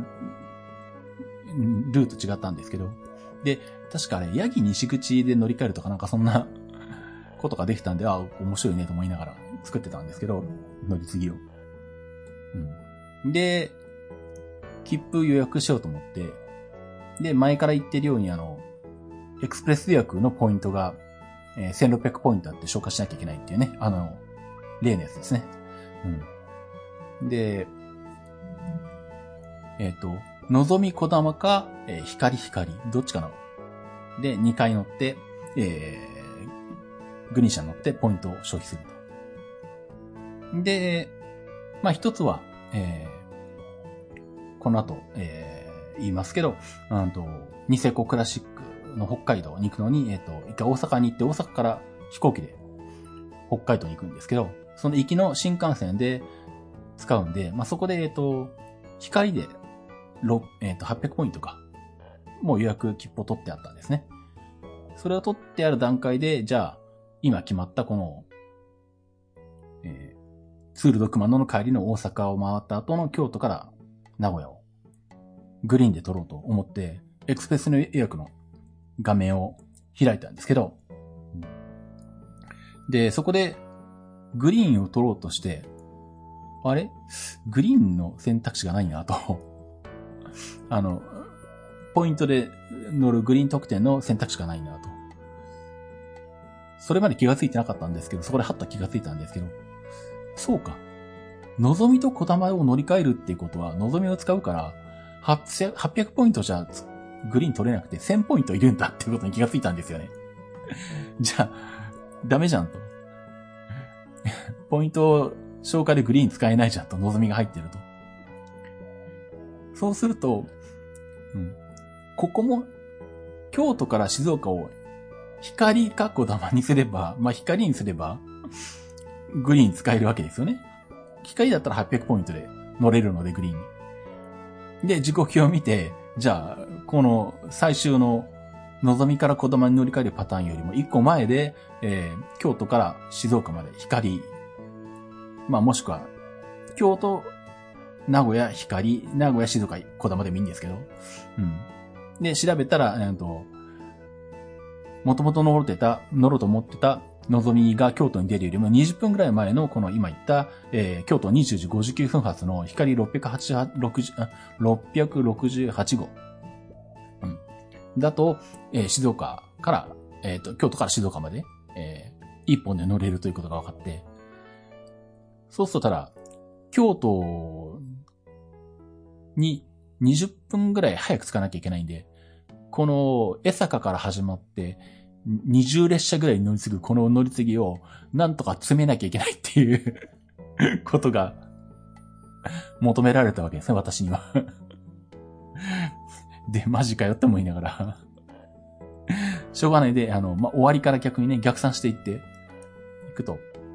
ルート違ったんですけど。で、確かあれ、八木西口で乗り換えるとかなんかそんなことができたんで、あ、面白いねと思いながら作ってたんですけど、乗り継ぎを。うん。で、切符予約しようと思って、で、前から言ってるようにあの、エクスプレス予約のポイントが、えー、せんろっぴゃくポイントあって消化しなきゃいけないっていうね、あの、例のやつですね。うん。で、えっと、 のぞみこだまか、えー、光光、どっちかな。で、にかい乗って、えー、グリーン車に乗ってポイントを消費すると。で、まあ一つは、えー、この後、えー、言いますけど、うんと、ニセコクラシックの北海道に行くのに、えっと、一回大阪に行って、大阪から飛行機で北海道に行くんですけど、その行きの新幹線で使うんで、まあそこで、えっと、光で、えっと、はっぴゃくポイントか。もう予約切符を取ってあったんですね。それを取ってある段階で、じゃあ、今決まったこの、えー、ツールド熊野の帰りの大阪を回った後の京都から名古屋をグリーンで取ろうと思って、エクスプレスの予約の画面を開いたんですけど、で、そこでグリーンを取ろうとして、あれグリーンの選択肢がないなと。あの、ポイントで乗るグリーン特典の選択肢がないなと。それまで気がついてなかったんですけど、そこではっと気がついたんですけど、そうか。のぞみとこだまを乗り換えるっていうことは、のぞみを使うから、はっぴゃくポイントじゃグリーン取れなくてせんポイントいるんだっていうことに気がついたんですよね。じゃあ、ダメじゃんと。ポイント消化でグリーン使えないじゃんと、のぞみが入ってると。そうすると、うん、ここも、京都から静岡を光かこだまにすれば、まあ、光にすれば、グリーン使えるわけですよね。光だったらはっぴゃくポイントで乗れるので、グリーンに。で、時刻表を見て、じゃあ、この最終ののぞみからこだまに乗り換えるパターンよりもいっこまえで、えー、京都から静岡まで光、まあもしくは、京都、名古屋、光、名古屋、静岡、こだまでもいいんですけど、うん。で、調べたら、えっと、もともと乗ろうてた、乗ろうと思ってた、のぞみが京都に出るよりもにじゅっぷんぐらい前のこの今言った、えー、京都にじゅうじごじゅうきゅうふん発の光ろっぴゃくろくじゅうはち号。うん。だと、えー、静岡から、えっと、京都から静岡まで、えー、一本で乗れるということが分かって、そうするとただ、京都ににじゅっぷんぐらい早く着かなきゃいけないんで、この江坂から始まって、にじゅう列車ぐらい乗り継ぐこの乗り継ぎをなんとか詰めなきゃいけないっていうことが求められたわけですね、私には。で、マジかよって思いながら。しょうがないで、あの、まあ、終わりから逆にね、逆算していって、いくと。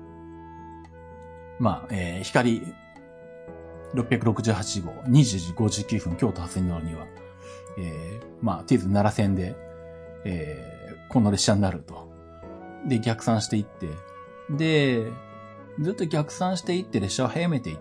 まあ、えー、光ろっぴゃくろくじゅうはち号、にじゅうじごじゅうきゅうふん、京都発に乗るには、えー、まあ、とりあえず奈良線で、えー、この列車になると。で、逆算していって、で、ずっと逆算していって列車を早めていって、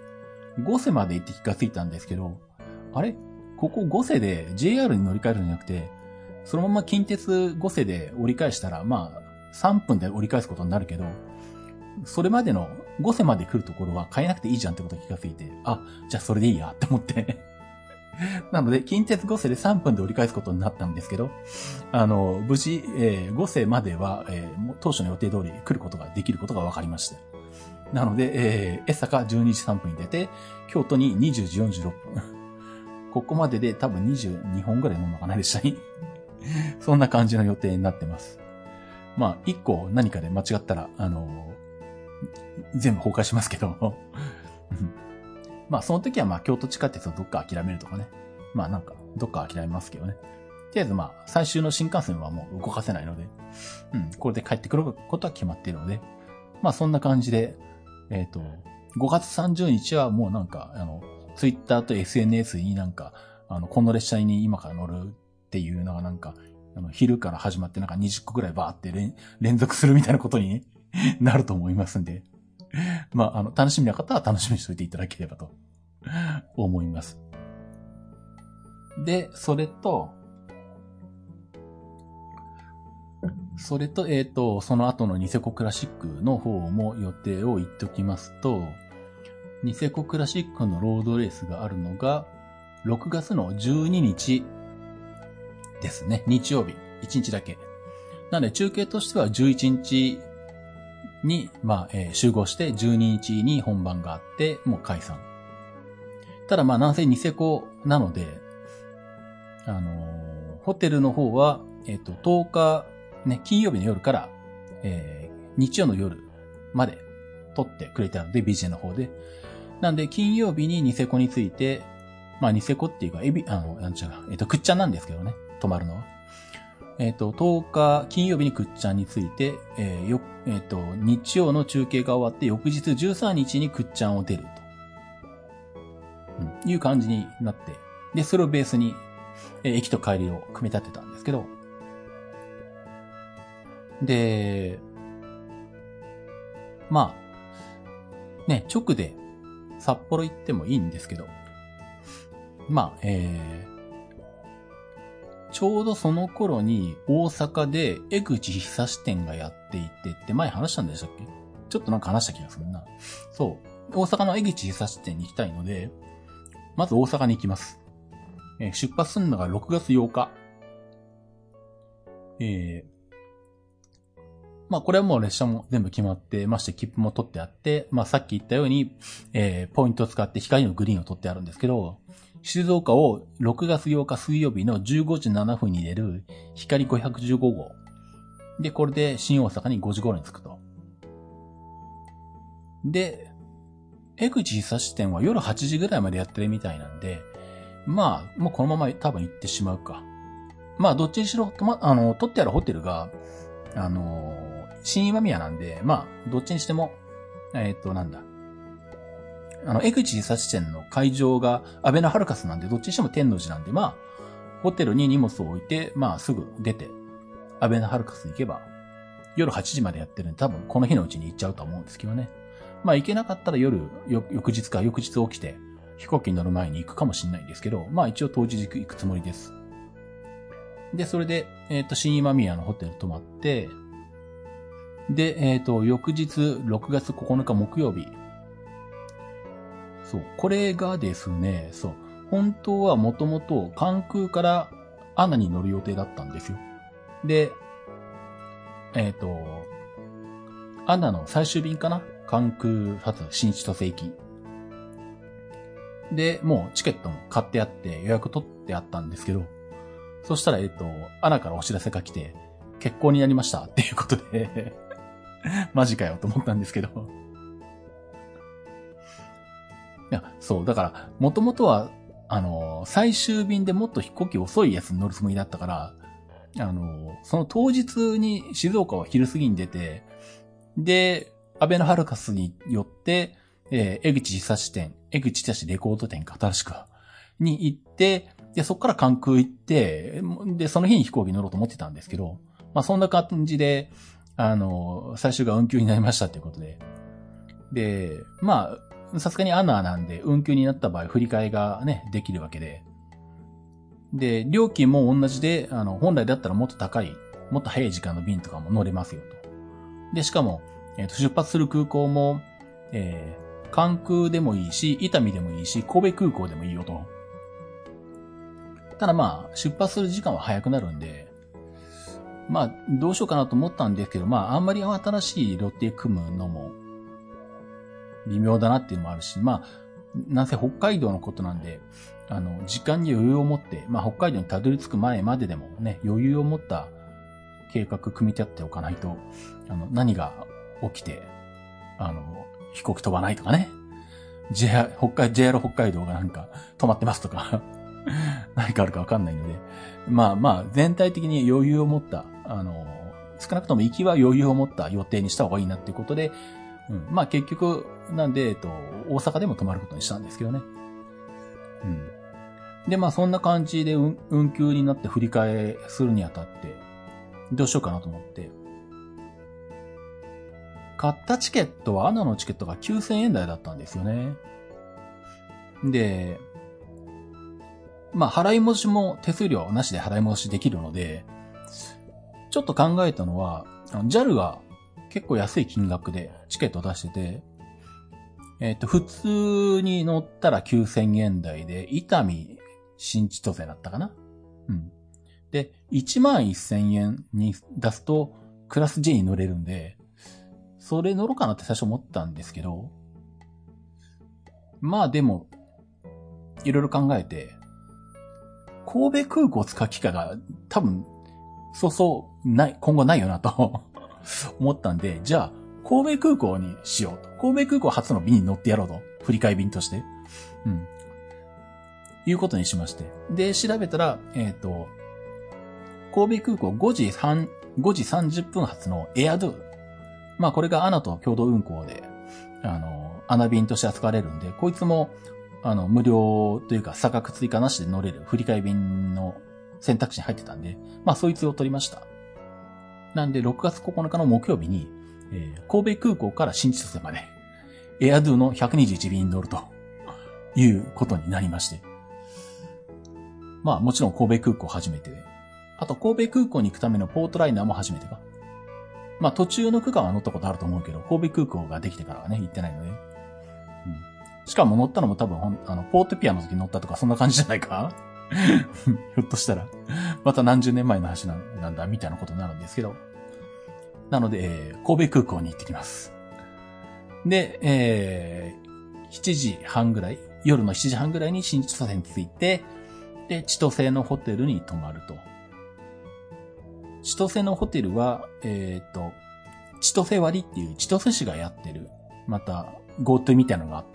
五瀬まで行って気がついたんですけど、あれここ五瀬で ジェイアール に乗り換えるんじゃなくて、そのまま近鉄五瀬で折り返したら、まあ、さんぷんで折り返すことになるけど、それまでの五瀬まで来るところは変えなくていいじゃんってことに気がついて、あ、じゃあそれでいいやって思って。なので、近鉄五瀬でさんぷんで折り返すことになったんですけど、あの、無事、えー、五瀬までは、えー、当初の予定通り来ることができることが分かりました。なので、えー、江坂じゅうにじさんぷんに出て、京都ににじゅうじよんじゅうろっぷん。ここまでで多分にじゅうにほんぐらい乗るのかな、列車に。そんな感じの予定になってます。まあ、一個何かで間違ったら、あのー、全部崩壊しますけど。まあ、その時はまあ、京都地下鉄をどっか諦めるとかね。まあ、なんか、どっか諦めますけどね。とりあえずまあ、最終の新幹線はもう動かせないので、うん、これで帰ってくることは決まっているので、まあ、そんな感じで、えっと、ごがつさんじゅうにちはもうなんか、あの、ツイッターと エスエヌエス になんか、あの、この列車に今から乗るっていうのがなんか、あの、昼から始まってなんかにじゅっこぐらいバーって連連続するみたいなことになると思いますんで、まあ、あの、楽しみな方は楽しみにしておいていただければと思います。で、それと、それと、えっと、その後のニセコクラシックの方も予定を言っておきますと、ニセコクラシックのロードレースがあるのが、ろくがつのじゅうににちですね。日曜日。いちにちだけ。なので、中継としてはじゅういちにちに、まあ、えー、集合してじゅうににちに本番があって、もう解散。 ただまあなんせニセコなので、あのー、ホテルの方は、えっと、とおか、ね、金曜日の夜から、えー、日曜の夜まで取ってくれたので、ビジネの方で。なんで、金曜日にニセコについて、まあニセコっていうか、エビ、あの、なんちゅうか、えっと、くっちゃんなんですけどね、泊まるのは。えっと、とおか、金曜日にくっちゃんについて、えー、よ、えっと、日曜の中継が終わって、翌日じゅうさんにちにくっちゃんを出ると。うん、いう感じになって、で、それをベースに、えー、駅と帰りを組み立てたんですけど、で、まあ、ね、直で札幌行ってもいいんですけど、まあ、えー、ちょうどその頃に大阪で江口久志店がやっていてって前話したんでしたっけ？ちょっとなんか話した気がするな。そう。大阪の江口久志店に行きたいので、まず大阪に行きます。えー、出発するのがろくがつようか。えー、まあこれはもう列車も全部決まってまして、切符も取ってあって、まあさっき言ったように、えー、ポイントを使って光のグリーンを取ってあるんですけど、静岡をろくがつようか水曜日のじゅうごじななふんに出る光ごひゃくじゅうごごう。で、これで新大阪にごじ頃に着くと。で、江口久志店は夜はちじぐらいまでやってるみたいなんで、まあ、もうこのまま多分行ってしまうか。まあ、どっちにしろ、ま、あの、取ってあるホテルが、あの、新今宮なんで、まあ、どっちにしても、えっと、なんだ。あの、江口久志店の会場がアベノハルカスなんで、どっちにしても天王寺なんで、まあ、ホテルに荷物を置いて、まあ、すぐ出て、アベノハルカス行けば、夜はちじまでやってるんで、多分この日のうちに行っちゃうと思うんですけどね。まあ、行けなかったら夜、翌日か翌日起きて、飛行機に乗る前に行くかもしれないんですけど、まあ一応当日行く、行くつもりです。で、それで、えっと、新今宮のホテル泊まって、で、えっと、翌日ろくがつここのか木曜日。そう、これがですね、そう、本当はもともと関空からアナに乗る予定だったんですよ。で、えっと、アナの最終便かな？関空発新千歳行き。で、もうチケットも買ってあって予約取ってあったんですけど、そしたら、えっと、アナからお知らせが来て、欠航になりましたっていうことで、マジかよと思ったんですけど。いや、そう、だから、もともとは、あの、最終便でもっと飛行機遅いやつに乗るつもりだったから、あの、その当日に静岡は昼過ぎに出て、で、アベノハルカスによって、えー、江口久志店、江口久志レコード店か、確か、に行って、で、そこから関空行って、で、その日に飛行機乗ろうと思ってたんですけど、まあそんな感じで、あの、最終が運休になりましたっていうことで。で、まあ、さすがにアナなんで、運休になった場合、振り替えがね、できるわけで。で、料金も同じで、あの、本来だったらもっと高い、もっと早い時間の便とかも乗れますよと。で、しかも、えっと、出発する空港も、えー、関空でもいいし、伊丹でもいいし、神戸空港でもいいよと。ただまあ、出発する時間は早くなるんで、まあ、どうしようかなと思ったんですけど、まあ、あんまり新しいロッテ組むのも、微妙だなっていうのもあるし、まあ、なんせ北海道のことなんで、あの、時間に余裕を持って、まあ、北海道にたどり着く前まででもね、余裕を持った計画組み立てておかないと、あの、何が起きて、あの、飛行機飛ばないとかね、ジェイアール、北海、ジェイアール 北海道がなんか止まってますとか、何かあるかわかんないので、まあまあ、全体的に余裕を持った、あの、少なくとも行きは余裕を持った予定にした方がいいなっていうことで、うん、まあ結局、なんで、えっと、大阪でも泊まることにしたんですけどね。うん。で、まあそんな感じで運、運休になって振り替えするにあたって、どうしようかなと思って。買ったチケットは、アナのチケットがきゅうせんえん台だったんですよね。で、まあ払い戻しも手数料なしで払い戻しできるので、ちょっと考えたのは、ジャル が結構安い金額でチケットを出してて、えっと、普通に乗ったらきゅうせんえん台で、伊丹新千歳だったかな？うん。で、いちまんせんえんに出すと、クラス J に乗れるんで、それ乗ろうかなって最初思ったんですけど、まあでも、 いろいろ考えて、神戸空港を使う機会が多分、そうそうない、今後ないよなと思ったんで、じゃあ、神戸空港にしようと。神戸空港初の便に乗ってやろうと。振り替え便として。うん。いうことにしまして。で、調べたら、えっと、神戸空港ごじさんじゅっぷん発のエアドゥ。まあこれがアナと共同運航で、あの、アナ便として扱われるんで、こいつも、あの、無料というか差額追加なしで乗れる振り替え便の選択肢に入ってたんで、まあそいつを取りました。なんでろくがつここのかの木曜日に、えー、神戸空港から新千歳まで、エアドゥのひゃくにじゅういち便に乗るということになりまして。まあもちろん神戸空港初めてで、あと神戸空港に行くためのポートライナーも初めてか。まあ途中の区間は乗ったことあると思うけど、神戸空港ができてからはね、行ってないので。うん、しかも乗ったのも多分、あの、ポートピアの時に乗ったとかそんな感じじゃないかひょっとしたら、また何十年前の話なんだ、みたいなことになるんですけど。なので、えー、神戸空港に行ってきます。で、えー、しちじはんぐらい、夜のしちじはんぐらいに新千歳に着いて、で、千歳のホテルに泊まると。千歳のホテルは、えっと、千歳割っていう千歳市がやってる、また GoTo みたいなのがあって、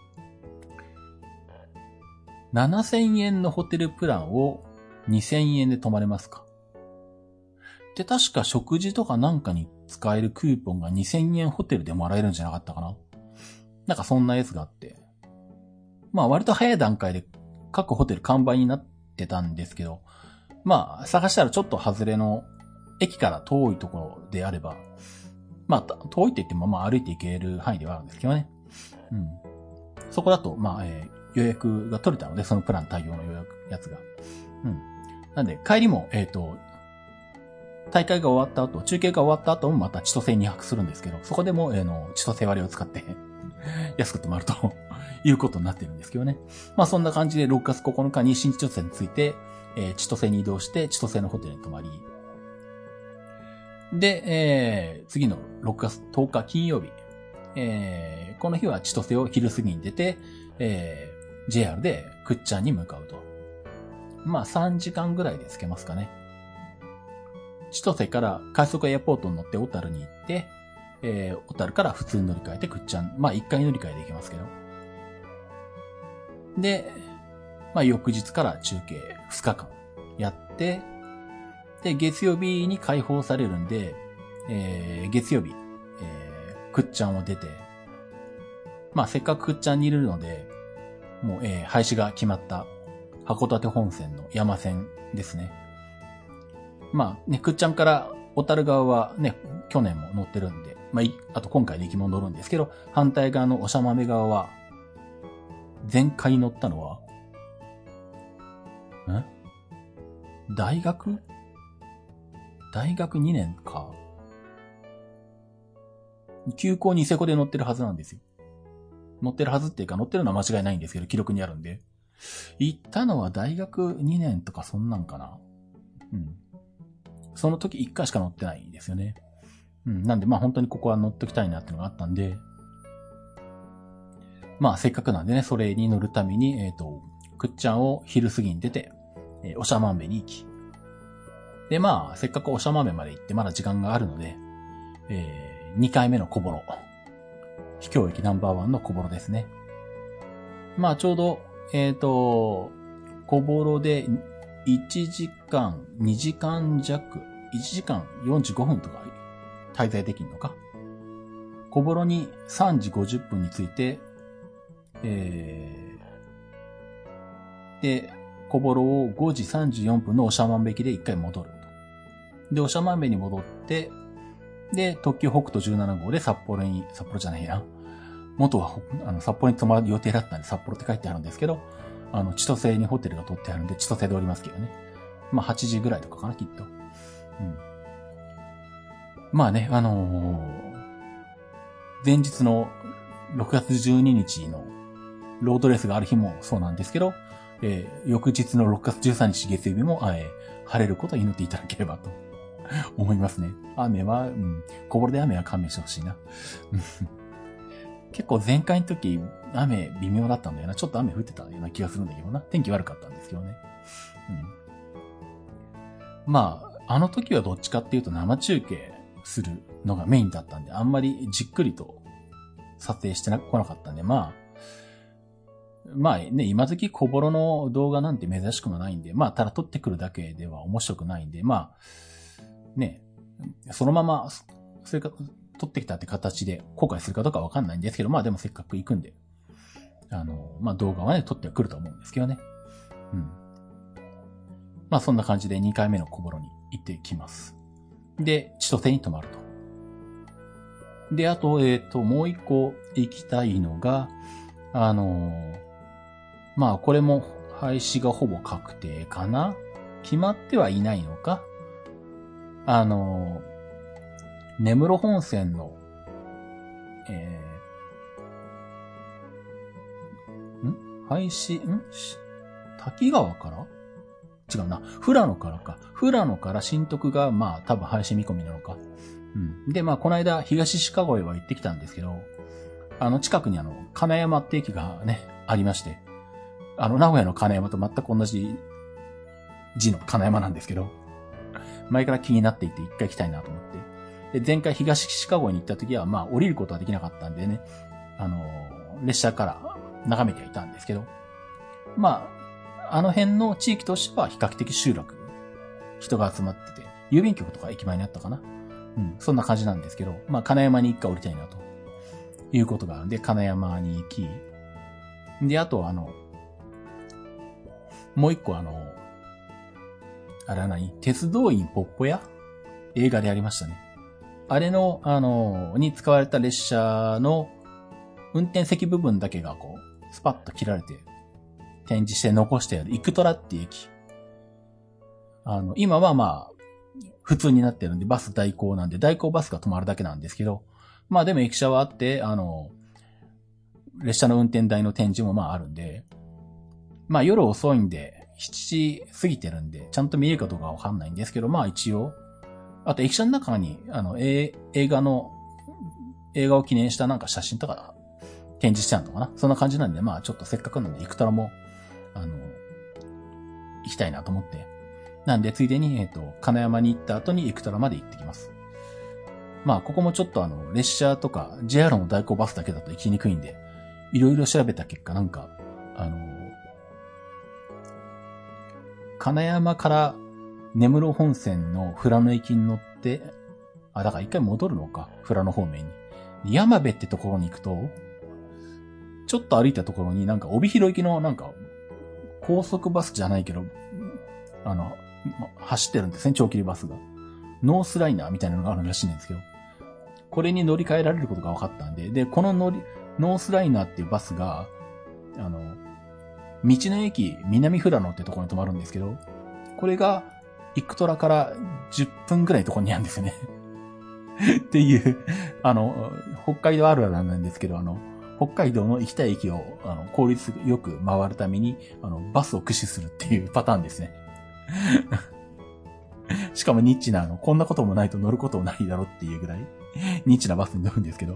ななせんえんのホテルプランをにせんえんで泊まれますか。で、確か食事とかなんかに使えるクーポンがにせんえんホテルでもらえるんじゃなかったかな。なんかそんなやつがあって。まあ割と早い段階で各ホテル完売になってたんですけど、まあ探したらちょっと外れの駅から遠いところであれば、まあ遠いって言ってもまあ歩いて行ける範囲ではあるんですけどね。うん。そこだと、まあ、えー、予約が取れたので、そのプラン対応の予約やつが。うん。なんで帰りも、えっと、大会が終わった後、中継が終わった後もまた千歳に泊するんですけど、そこでも、えー、の、千歳割を使って安く泊まるということになってるんですけどね。まあそんな感じでろくがつここのかに新千歳に着いて、えー、千歳に移動して千歳のホテルに泊まり、で、えー、次のろくがつとおか金曜日、えー、この日は千歳を昼過ぎに出て、えー、ジェイアール でくっちゃんに向かうと。まあさんじかんぐらいで着けますかね。千歳から快速エアポートに乗って小樽に行って、えー、小樽から普通に乗り換えてくっちゃん、まあいっかい乗り換えで行けますけど。で、まあ翌日から中継ふつかかんやって、で、月曜日に解放されるんで、えー、月曜日、えー、くっちゃんを出て、まあせっかくくっちゃんにいるので、もう、えー、廃止が決まった函館本線の山線ですね。まあね、くっちゃんから小樽側はね、去年も乗ってるんで、まあ、あと今回で行きも乗るんですけど、反対側の長豆側は、前回乗ったのは、ん大学大学にねんか。急行ニセコで乗ってるはずなんですよ。乗ってるはずっていうか乗ってるのは間違いないんですけど、記録にあるんで。行ったのは大学にねんとかそんなんかな。うん。その時いっかいしか乗ってないんですよね。うん。なんでまあ本当にここは乗っときたいなっていうのがあったんで、まあせっかくなんでね、それに乗るために、えっと、くっちゃんを昼過ぎに出て、えー、おしゃまんべに行き。でまあ、せっかくおしゃまんべまで行ってまだ時間があるので、えー、にかいめの小幌。秘境駅ナンバーワンの小幌ですね。まあちょうど、えっと、小幌でいちじかん、にじかんじゃく、いちじかんよんじゅうごふんとか滞在できるのか。小幌にさんじごじゅっぷんに着いて、えー、で、小幌をごじさんじゅうよんぷんの長万部駅で一回戻ると。で、長万部に戻って、で、特急北斗じゅうななごうで札幌に、札幌じゃないな。元は、あの、札幌に泊まる予定だったんで札幌って書いてあるんですけど、あの、千歳にホテルが取ってあるんで、千歳で降りますけどね。まあ、はちじぐらいとかかな、きっと。うん。まあね、あのー、前日のろくがつじゅうににちのロードレースがある日もそうなんですけど、えー、翌日のろくがつじゅうさんにち月曜日も、えー、晴れることを祈っていただければと思いますね。雨は、うん、こぼれで雨は勘弁してほしいな。 結構前回の時、雨微妙だったんだよな。ちょっと雨降ってたような気がするんだけどな。天気悪かったんですけどね。うん。まあ、あの時はどっちかっていうと生中継するのがメインだったんで、あんまりじっくりと撮影してこなかったんで、まあ、まあね、今時小幌の動画なんて珍しくもないんで、まあ、ただ撮ってくるだけでは面白くないんで、まあ、ね、そのまま、それか、撮ってきたって形で後悔するかどうかわかんないんですけど、まあでもせっかく行くんで、あの、まあ動画はね、撮ってくると思うんですけどね。うん。まあそんな感じでにかいめの小幌に行ってきます。で、千歳に泊まると。で、あと、えっと、もう一個行きたいのが、あの、まあこれも廃止がほぼ確定かな？決まってはいないのか？あの、根室本線の、えー、ん廃止、ん滝川から違うな。富良野からか。富良野から新徳が、まあ、多分廃止見込みなのか。うん。で、まあ、この間、東鹿越は行ってきたんですけど、あの、近くにあの、金山って駅がね、ありまして、あの、名古屋の金山と全く同じ字の金山なんですけど、前から気になっていて一回行きたいなと思って。で、前回東シカゴに行った時は、まあ、降りることはできなかったんでね、あの、列車から眺めてはいたんですけど、まあ、あの辺の地域としては比較的集落、人が集まってて、郵便局とか駅前にあったかな。うん、そんな感じなんですけど、まあ、金山に一回降りたいなと、いうことがあるんで、金山に行き、で、あとあの、もう一個あの、あれは何？鉄道員ポッポ屋？映画でありましたね。あれの、あの、に使われた列車の運転席部分だけがこう、スパッと切られて、展示して残してある、イクトラっていう駅。あの、今はまあ、普通になってるんで、バス代行なんで、代行バスが止まるだけなんですけど、まあでも駅舎はあって、あの、列車の運転台の展示もまああるんで、まあ夜遅いんで、しちじ過ぎてるんで、ちゃんと見えるかどうかわかんないんですけど、まあ一応、あと駅舎の中に、あの、映画の、映画を記念したなんか写真とか展示してあるのかな？そんな感じなんで、まあちょっとせっかくなんで、イクトラも、あの、行きたいなと思って。なんで、ついでに、えっと、金山に行った後にイクトラまで行ってきます。まあ、ここもちょっとあの、列車とか ジェイアール の代行バスだけだと行きにくいんで、いろいろ調べた結果なんか、あの、金山から根室本線の富良野駅に乗って、あ、だから一回戻るのか、富良野方面に。山部ってところに行くと、ちょっと歩いたところになんか帯広行きのなんか、高速バスじゃないけど、あの、走ってるんですね、長距離バスが。ノースライナーみたいなのがあるらしいんですけど、これに乗り換えられることが分かったんで、で、この乗り、ノースライナーっていうバスが、あの、道の駅南富良野ってところに止まるんですけど、これが、イクトラからじゅっぷんぐらいのところにあるんですよね。っていう、あの、北海道あるあるなんですけど、あの、北海道の行きたい駅を、あの、効率よく回るために、あの、バスを駆使するっていうパターンですね。しかもニッチな、あの、こんなこともないと乗ることもないだろっていうぐらい、ニッチなバスに乗るんですけど。うん。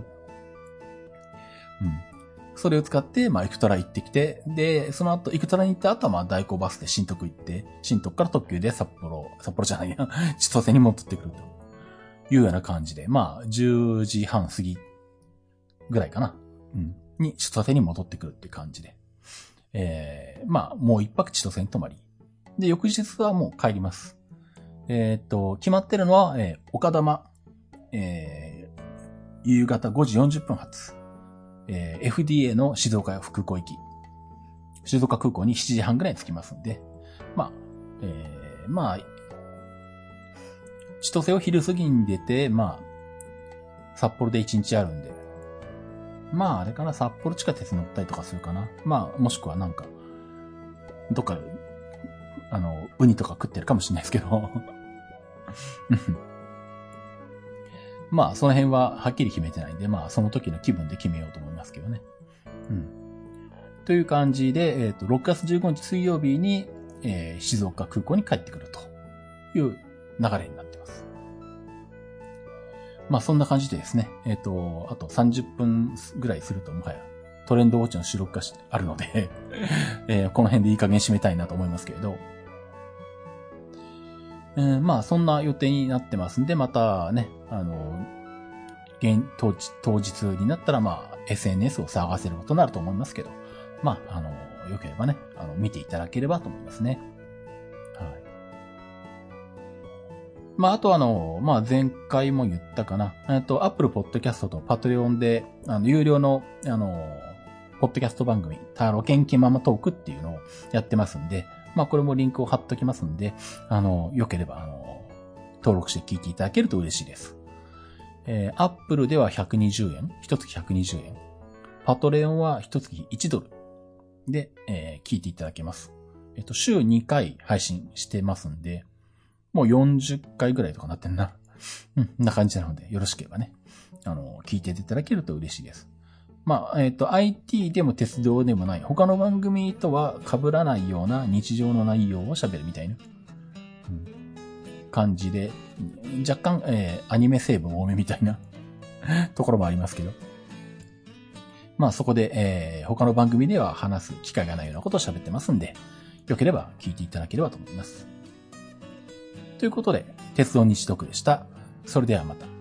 それを使って、まあ、イクトラ行ってきて、で、その後、イクトラに行った後は、まあ、代行バスで新徳行って、新徳から特急で札幌、札幌じゃないや、千歳に戻ってくるというような感じで、まあ、じゅうじはん過ぎぐらいかな。うん。に、千歳に戻ってくるって感じで。えー、まあ、もう一泊千歳に泊まり。で、翌日はもう帰ります。えー、っと、決まってるのは、えー、岡玉、えー、夕方ごじよんじゅっぷん発、えー、エフディーエー の静岡空港行き。静岡空港にしちじはんぐらいに着きますんで、まあ、えー、まあ、千歳を昼過ぎに出て、まあ、札幌で一日あるんで、まあ、あれかな、札幌地下鉄乗ったりとかするかな。まあ、もしくはなんか、どっか、あの、ウニとか食ってるかもしれないですけど。まあ、その辺ははっきり決めてないんで、まあ、その時の気分で決めようと思いますけどね。うん。という感じで、えっと、ろくがつじゅうごにち水曜日に、えー、静岡空港に帰ってくるという流れになってます。 まあそんな感じでですね、えっと、あとさんじゅっぷんぐらいするともはやトレンドウォッチの収録があるので、えー、この辺でいい加減締めたいなと思いますけれど、えー、まあそんな予定になってますんで、またね、あの、現当日、当日になったらまあ エスエヌエス を探せることになると思いますけど、まあ、あの、よければね、あの、見ていただければと思いますね。はい。まあ、あとあの、まあ、前回も言ったかな。えっと、Apple Podcast と Patreon で、あの、有料の、あの、ポッドキャスト番組、タロケンキママトークっていうのをやってますんで、まあ、これもリンクを貼っときますんで、あの、よければ、あの、登録して聞いていただけると嬉しいです。えー、Apple ではひゃくにじゅうえん、一月ひゃくにじゅうえん。Patreon は一月いちドルで、えー、聞いていただけます。えっと、週にかい配信してますんで、もうよんじゅっかいぐらいとかなってんな。うん、な感じなので、よろしければね、あの、聞いていただけると嬉しいです。まあ、えっと、アイティー でも鉄道でもない、他の番組とは被らないような日常の内容を喋るみたいな、うん、感じで、若干、えー、アニメ成分多めみたいなところもありますけど、まあそこで、えー、他の番組では話す機会がないようなことを喋ってますんで、よければ聞いていただければと思います。ということで、鉄道日読でした。それではまた。